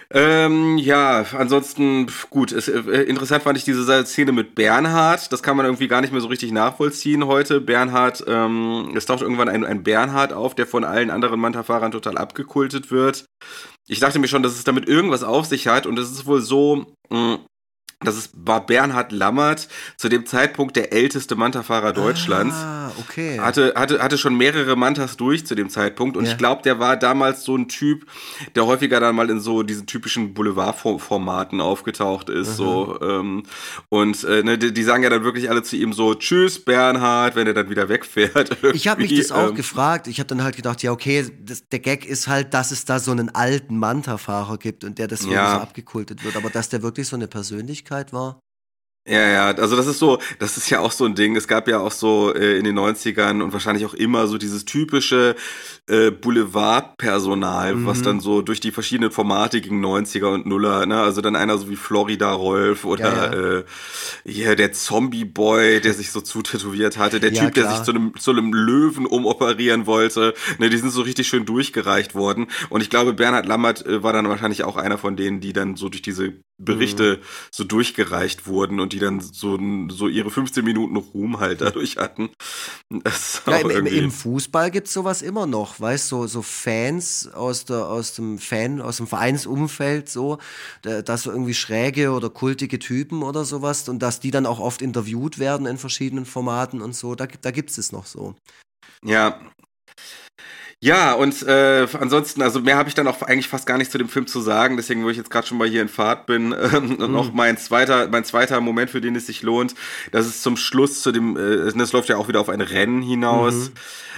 Ähm, ja, ansonsten, pf, gut, es, äh, interessant fand ich diese Szene mit Bernhard, das kann man irgendwie gar nicht mehr so richtig nachvollziehen heute. Bernhard, ähm, es taucht irgendwann ein, ein Bernhard auf, der von allen anderen Manta-Fahrern total abgekultet wird. Ich dachte mir schon, dass es damit irgendwas auf sich hat und es ist wohl so, mh, das ist, war Bernhard Lammert, zu dem Zeitpunkt der älteste Manta-Fahrer Deutschlands. Ah, okay. Hatte, hatte, hatte schon mehrere Mantas durch zu dem Zeitpunkt und Ja. ich glaube, der war damals so ein Typ, der häufiger dann mal in so diesen typischen Boulevardformaten aufgetaucht ist. So, ähm, und äh, ne, die, die sagen ja dann wirklich alle zu ihm so, tschüss Bernhard, wenn er dann wieder wegfährt. Ich habe mich das auch ähm, gefragt. Ich habe dann halt gedacht, ja, okay, das, der Gag ist halt, dass es da so einen alten Manta-Fahrer gibt und der deswegen Ja. so abgekultet wird. Aber dass der wirklich so eine Persönlichkeit war. Ja, ja, also das ist so, das ist ja auch so ein Ding. Es gab ja auch so äh, in den neunzigern und wahrscheinlich auch immer so dieses typische äh, Boulevardpersonal, Mhm. was dann so durch die verschiedenen Formate gegen neunziger und Nuller, ne? Also dann einer so wie Florida Rolf oder Ja, Äh, hier der Zombie-Boy, der sich so zutätowiert hatte, der Ja, Typ, der klar. sich zu einem, zu einem Löwen umoperieren wollte, ne? Die sind so richtig schön durchgereicht worden. Und ich glaube, Bernhard Lammert äh, war dann wahrscheinlich auch einer von denen, die dann so durch diese Berichte Mhm. so durchgereicht wurden und die dann so, so ihre fünfzehn Minuten Ruhm halt dadurch hatten. Das ist Ja, auch im, im, irgendwie- im Fußball gibt's sowas immer noch, weißt du, so, so Fans aus, der, aus dem Fan, aus dem Vereinsumfeld, so, da- dass so irgendwie schräge oder kultige Typen oder sowas und dass die dann auch oft interviewt werden in verschiedenen Formaten und so, da, gibt- da gibt's es noch so. Ja. Ja, und äh, ansonsten, also mehr habe ich dann auch eigentlich fast gar nicht zu dem Film zu sagen, deswegen, wo ich jetzt gerade schon mal hier in Fahrt bin, ähm, und noch mein zweiter, mein zweiter Moment, für den es sich lohnt, das ist zum Schluss zu dem, äh, das läuft ja auch wieder auf ein Rennen hinaus,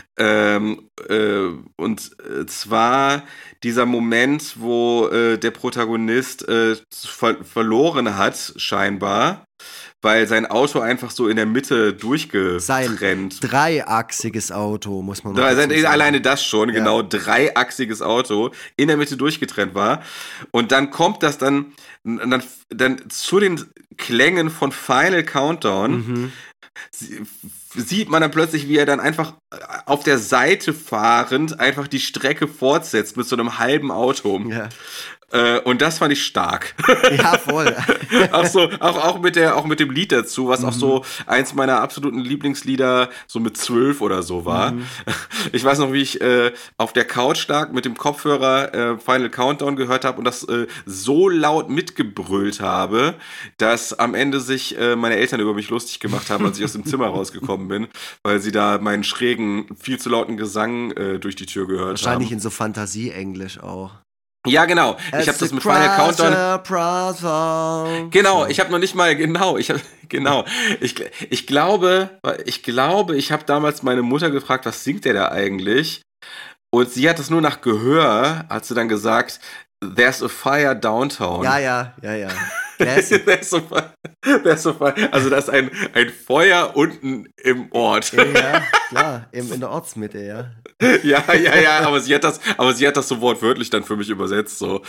ähm, äh, und äh, zwar dieser Moment, wo äh, der Protagonist äh, ver verloren hat, scheinbar, weil sein Auto einfach so in der Mitte Sein durchgetrennt. dreiachsiges Auto, muss man mal Drei, dazu sein, sagen. alleine das schon, Ja. genau, dreiachsiges Auto in der Mitte durchgetrennt war. Und dann kommt das dann, dann, dann zu den Klängen von Final Countdown, Mhm. sie- sieht man dann plötzlich, wie er dann einfach auf der Seite fahrend einfach die Strecke fortsetzt mit so einem halben Auto. Ja. Äh, und das fand ich stark. Ja, voll. auch so, auch, auch mit der, auch mit dem Lied dazu, was auch Mhm. so eins meiner absoluten Lieblingslieder so mit zwölf oder so war. Mhm. Ich weiß noch, wie ich äh, auf der Couch lag mit dem Kopfhörer äh, Final Countdown gehört habe und das äh, so laut mitgebrüllt habe, dass am Ende sich äh, meine Eltern über mich lustig gemacht haben, als ich aus dem Zimmer rausgekommen bin, weil sie da meinen schrägen, viel zu lauten Gesang äh, durch die Tür gehört Wahrscheinlich haben. in so Fantasie-Englisch auch. Ja, genau. Ich habe das mit Final Countdown. Countdown. Genau, ich habe noch nicht mal, genau, ich habe, genau, ich, ich glaube, ich glaube, ich habe damals meine Mutter gefragt, was singt der da eigentlich? Und sie hat das nur nach Gehör, hat sie dann gesagt, there's a fire downtown. Ja, ja, ja, ja. Classic. there's, a fire, there's a fire. Also da ist ein, ein Feuer unten im Ort. Ja, klar, im, in der Ortsmitte, ja. ja, ja, ja, aber sie hat das, aber sie hat das so wortwörtlich dann für mich übersetzt, so.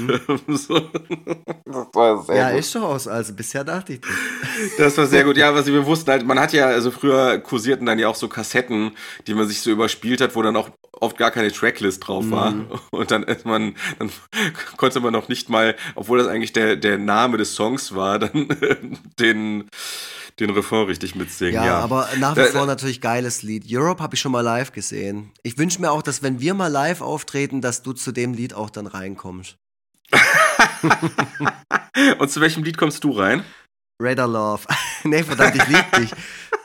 so. Das war sehr Ja, gut. ist schon aus, also bisher dachte ich das. Das war sehr gut. Ja, was wir wussten halt, man hat ja, also früher kursierten dann ja auch so Kassetten, die man sich so überspielt hat, wo dann auch oft gar keine Tracklist drauf war. Und dann ist man, dann konnte man noch nicht mal, obwohl das eigentlich der, der Name des Songs war, dann den, den Refrain richtig mitsingen. Ja, Ja, aber nach wie Da- vor natürlich geiles Lied. Europe habe ich schon mal live gesehen. Ich wünsche mir auch, dass wenn wir mal live auftreten, dass du zu dem Lied auch dann reinkommst. Und zu welchem Lied kommst du rein? Radar Love. Nee, verdammt, ich lieb dich.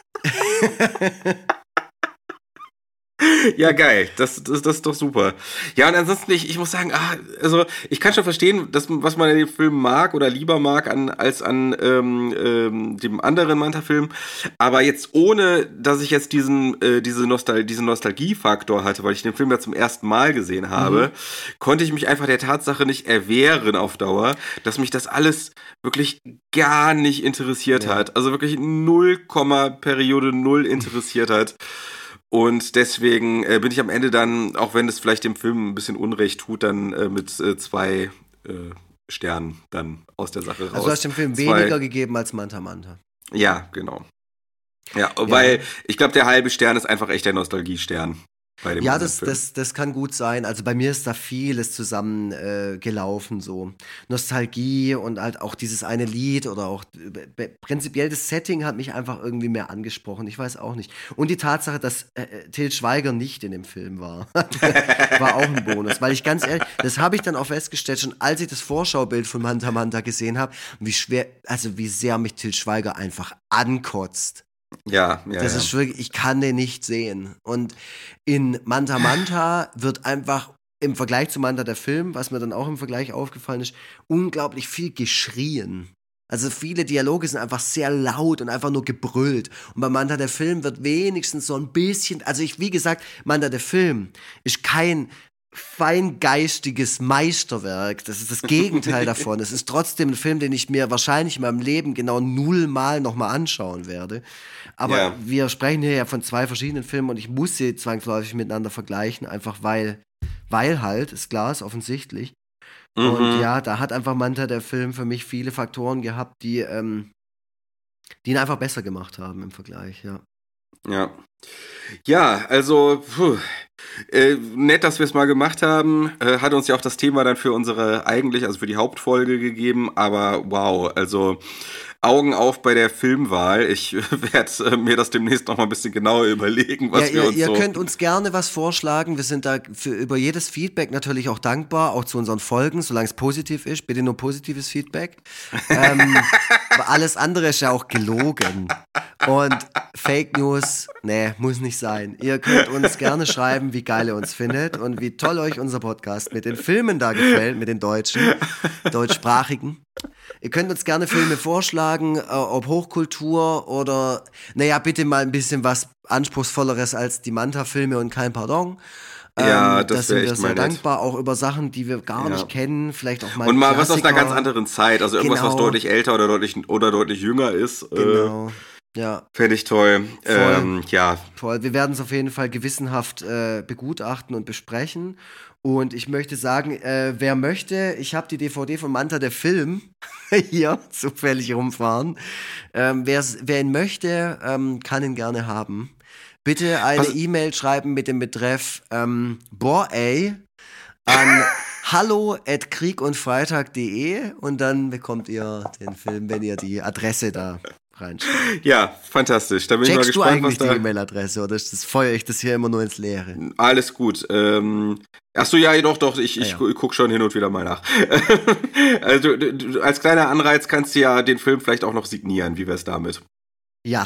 Ja, geil. Das, das, das ist doch super. Ja, und ansonsten, ich, ich muss sagen, ah, also ich kann schon verstehen, dass, was man in dem Film mag oder lieber mag an, als an ähm, ähm, dem anderen Manta-Film. Aber jetzt ohne, dass ich jetzt diesen, äh, diese Nostal diesen Nostalgiefaktor hatte, weil ich den Film ja zum ersten Mal gesehen habe, Mhm. konnte ich mich einfach der Tatsache nicht erwehren auf Dauer, dass mich das alles wirklich gar nicht interessiert Ja. hat. Also wirklich null Komma Periode null interessiert hat. Und deswegen äh, bin ich am Ende dann, auch wenn es vielleicht dem Film ein bisschen Unrecht tut, dann äh, mit äh, zwei äh, Sternen dann aus der Sache raus. Also du hast dem Film Zwei- weniger gegeben als Manta Manta. Ja, genau. Ja, weil ich glaube, der halbe Stern ist einfach echt der Nostalgiestern. bei dem Ja, anderen das, Film. das, das kann gut sein. Also bei mir ist da vieles zusammen äh, gelaufen, so Nostalgie und halt auch dieses eine Lied oder auch äh, prinzipiell das Setting hat mich einfach irgendwie mehr angesprochen. Ich weiß auch nicht. Und die Tatsache, dass äh, Til Schweiger nicht in dem Film war, war auch ein Bonus. Weil ich ganz ehrlich, das habe ich dann auch festgestellt, schon als ich das Vorschaubild von Manta Manta gesehen habe, wie schwer, also wie sehr mich Til Schweiger einfach ankotzt. Ja, ja, Das ja. ist wirklich, ich kann den nicht sehen. Und in Manta Manta wird einfach im Vergleich zu Manta der Film, was mir dann auch im Vergleich aufgefallen ist, unglaublich viel geschrien. Also viele Dialoge sind einfach sehr laut und einfach nur gebrüllt. Und bei Manta der Film wird wenigstens so ein bisschen, also ich, wie gesagt, Manta der Film ist kein feingeistiges Meisterwerk. Das ist das Gegenteil davon. Es ist trotzdem ein Film, den ich mir wahrscheinlich in meinem Leben genau nullmal nochmal anschauen werde. Aber Ja. wir sprechen hier ja von zwei verschiedenen Filmen und ich muss sie zwangsläufig miteinander vergleichen, einfach weil, weil halt, ist klar, ist offensichtlich. Mhm. Und ja, da hat einfach Manta der Film für mich viele Faktoren gehabt, die, ähm, die ihn einfach besser gemacht haben im Vergleich, ja. Ja. Ja, also puh, äh, nett, dass wir es mal gemacht haben. Äh, hat uns ja auch das Thema dann für unsere eigentlich, also für die Hauptfolge gegeben. Aber wow, also Augen auf bei der Filmwahl. Ich werde äh, mir das demnächst noch mal ein bisschen genauer überlegen, was Ja, wir ihr, uns ihr so... könnt uns gerne was vorschlagen. Wir sind da für, über jedes Feedback natürlich auch dankbar, auch zu unseren Folgen, solange es positiv ist. Bitte nur positives Feedback. ähm, aber alles andere ist ja auch gelogen. Und Fake News, nee, muss nicht sein. Ihr könnt uns gerne schreiben, wie geil ihr uns findet und wie toll euch unser Podcast mit den Filmen da gefällt, mit den deutschen, deutschsprachigen. Ihr könnt uns gerne Filme vorschlagen, äh, ob Hochkultur oder, naja, bitte mal ein bisschen was Anspruchsvolleres als die Manta-Filme und kein Pardon. Ja, Ähm, das da sind wär wir echt sehr mal nett. dankbar, auch über Sachen, die wir gar Ja. nicht kennen, vielleicht auch mal Und mal was aus einer Klassiker. ganz anderen Zeit, also irgendwas, was Genau. deutlich älter oder deutlich, oder deutlich jünger ist. Äh, Genau, ja. Fände ich toll. Ähm, ja, Voll. Wir werden es auf jeden Fall gewissenhaft äh, begutachten und besprechen. Und ich möchte sagen, äh, wer möchte, ich habe die D V D von Manta der Film hier zufällig rumfahren. Ähm, wer's- wer ihn möchte, ähm, kann ihn gerne haben. Bitte eine Was- E-Mail schreiben mit dem Betreff ähm, boah ey an hallo at kriegundfreitag punkt de und dann bekommt ihr den Film, wenn ihr die Adresse da reinschreibt. ja, fantastisch. Da bin ich mal Checkst du gespannt, eigentlich was die da... E-Mail-Adresse oder ist das feuer ich das hier immer nur ins Leere? Alles gut. Ähm, achso, ja, doch, doch, ich, ich Ja, ja. gu- guck schon hin und wieder mal nach. Also, du, du, als kleiner Anreiz kannst du ja den Film vielleicht auch noch signieren. Wie wär's damit? Ja.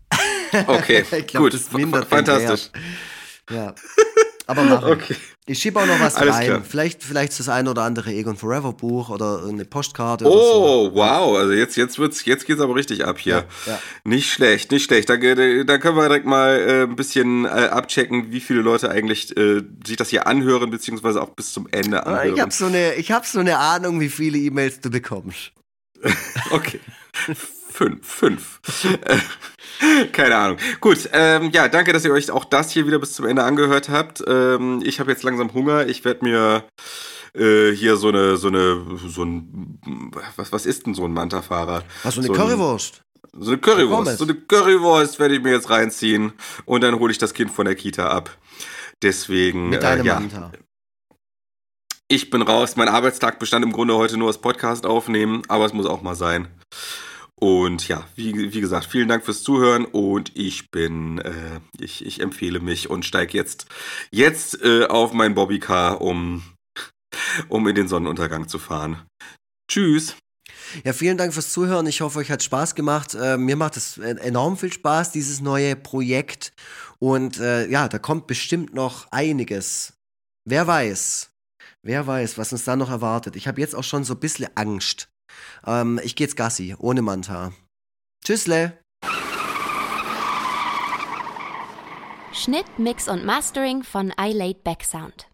Okay, Ich glaub, gut. das mindert den Fantastisch. Wert. Ja. Aber mach ich. Okay. Ich schiebe auch noch was Alles rein. klar. Vielleicht, vielleicht das ein oder andere Egon Forever Buch oder irgendeine Postkarte oder so. Oh, wow. Also jetzt, jetzt wird's, jetzt geht's aber richtig ab hier. Ja, ja. Nicht schlecht, nicht schlecht. Da, ge- da können wir direkt mal äh, ein bisschen äh, abchecken, wie viele Leute eigentlich äh, sich das hier anhören, beziehungsweise auch bis zum Ende anhören. Ich habe so eine, ich hab so eine Ahnung, wie viele E-Mails du bekommst. Okay. Fünf, fünf. Äh, Keine Ahnung. Gut, ähm, ja, danke, dass ihr euch auch das hier wieder bis zum Ende angehört habt. Ähm, ich habe jetzt langsam Hunger. Ich werde mir äh, hier so eine, so eine, so ein, was, was ist denn so ein Manta-Fahrer? Hast du eine so ein- Currywurst? So eine Currywurst. Pommes. So eine Currywurst werde ich mir jetzt reinziehen und dann hole ich das Kind von der Kita ab. Deswegen, Mit deinem äh, ja. Manta. Ich bin raus. Mein Arbeitstag bestand im Grunde heute nur aus Podcast aufnehmen, aber es muss auch mal sein. Und ja, wie, wie gesagt, vielen Dank fürs Zuhören und ich bin, äh, ich, ich empfehle mich und steige jetzt, jetzt äh, auf mein Bobbycar, um, um in den Sonnenuntergang zu fahren. Tschüss. Ja, vielen Dank fürs Zuhören. Ich hoffe, euch hat Spaß gemacht. Äh, mir macht es äh, enorm viel Spaß, dieses neue Projekt. Und äh, ja, da kommt bestimmt noch einiges. Wer weiß, wer weiß, was uns da noch erwartet. Ich habe jetzt auch schon so ein bisschen Angst. Ähm, ich gehe jetzt Gassi, ohne Manta. Tschüssle. Schnitt, Mix und Mastering von iLaid Back Sound.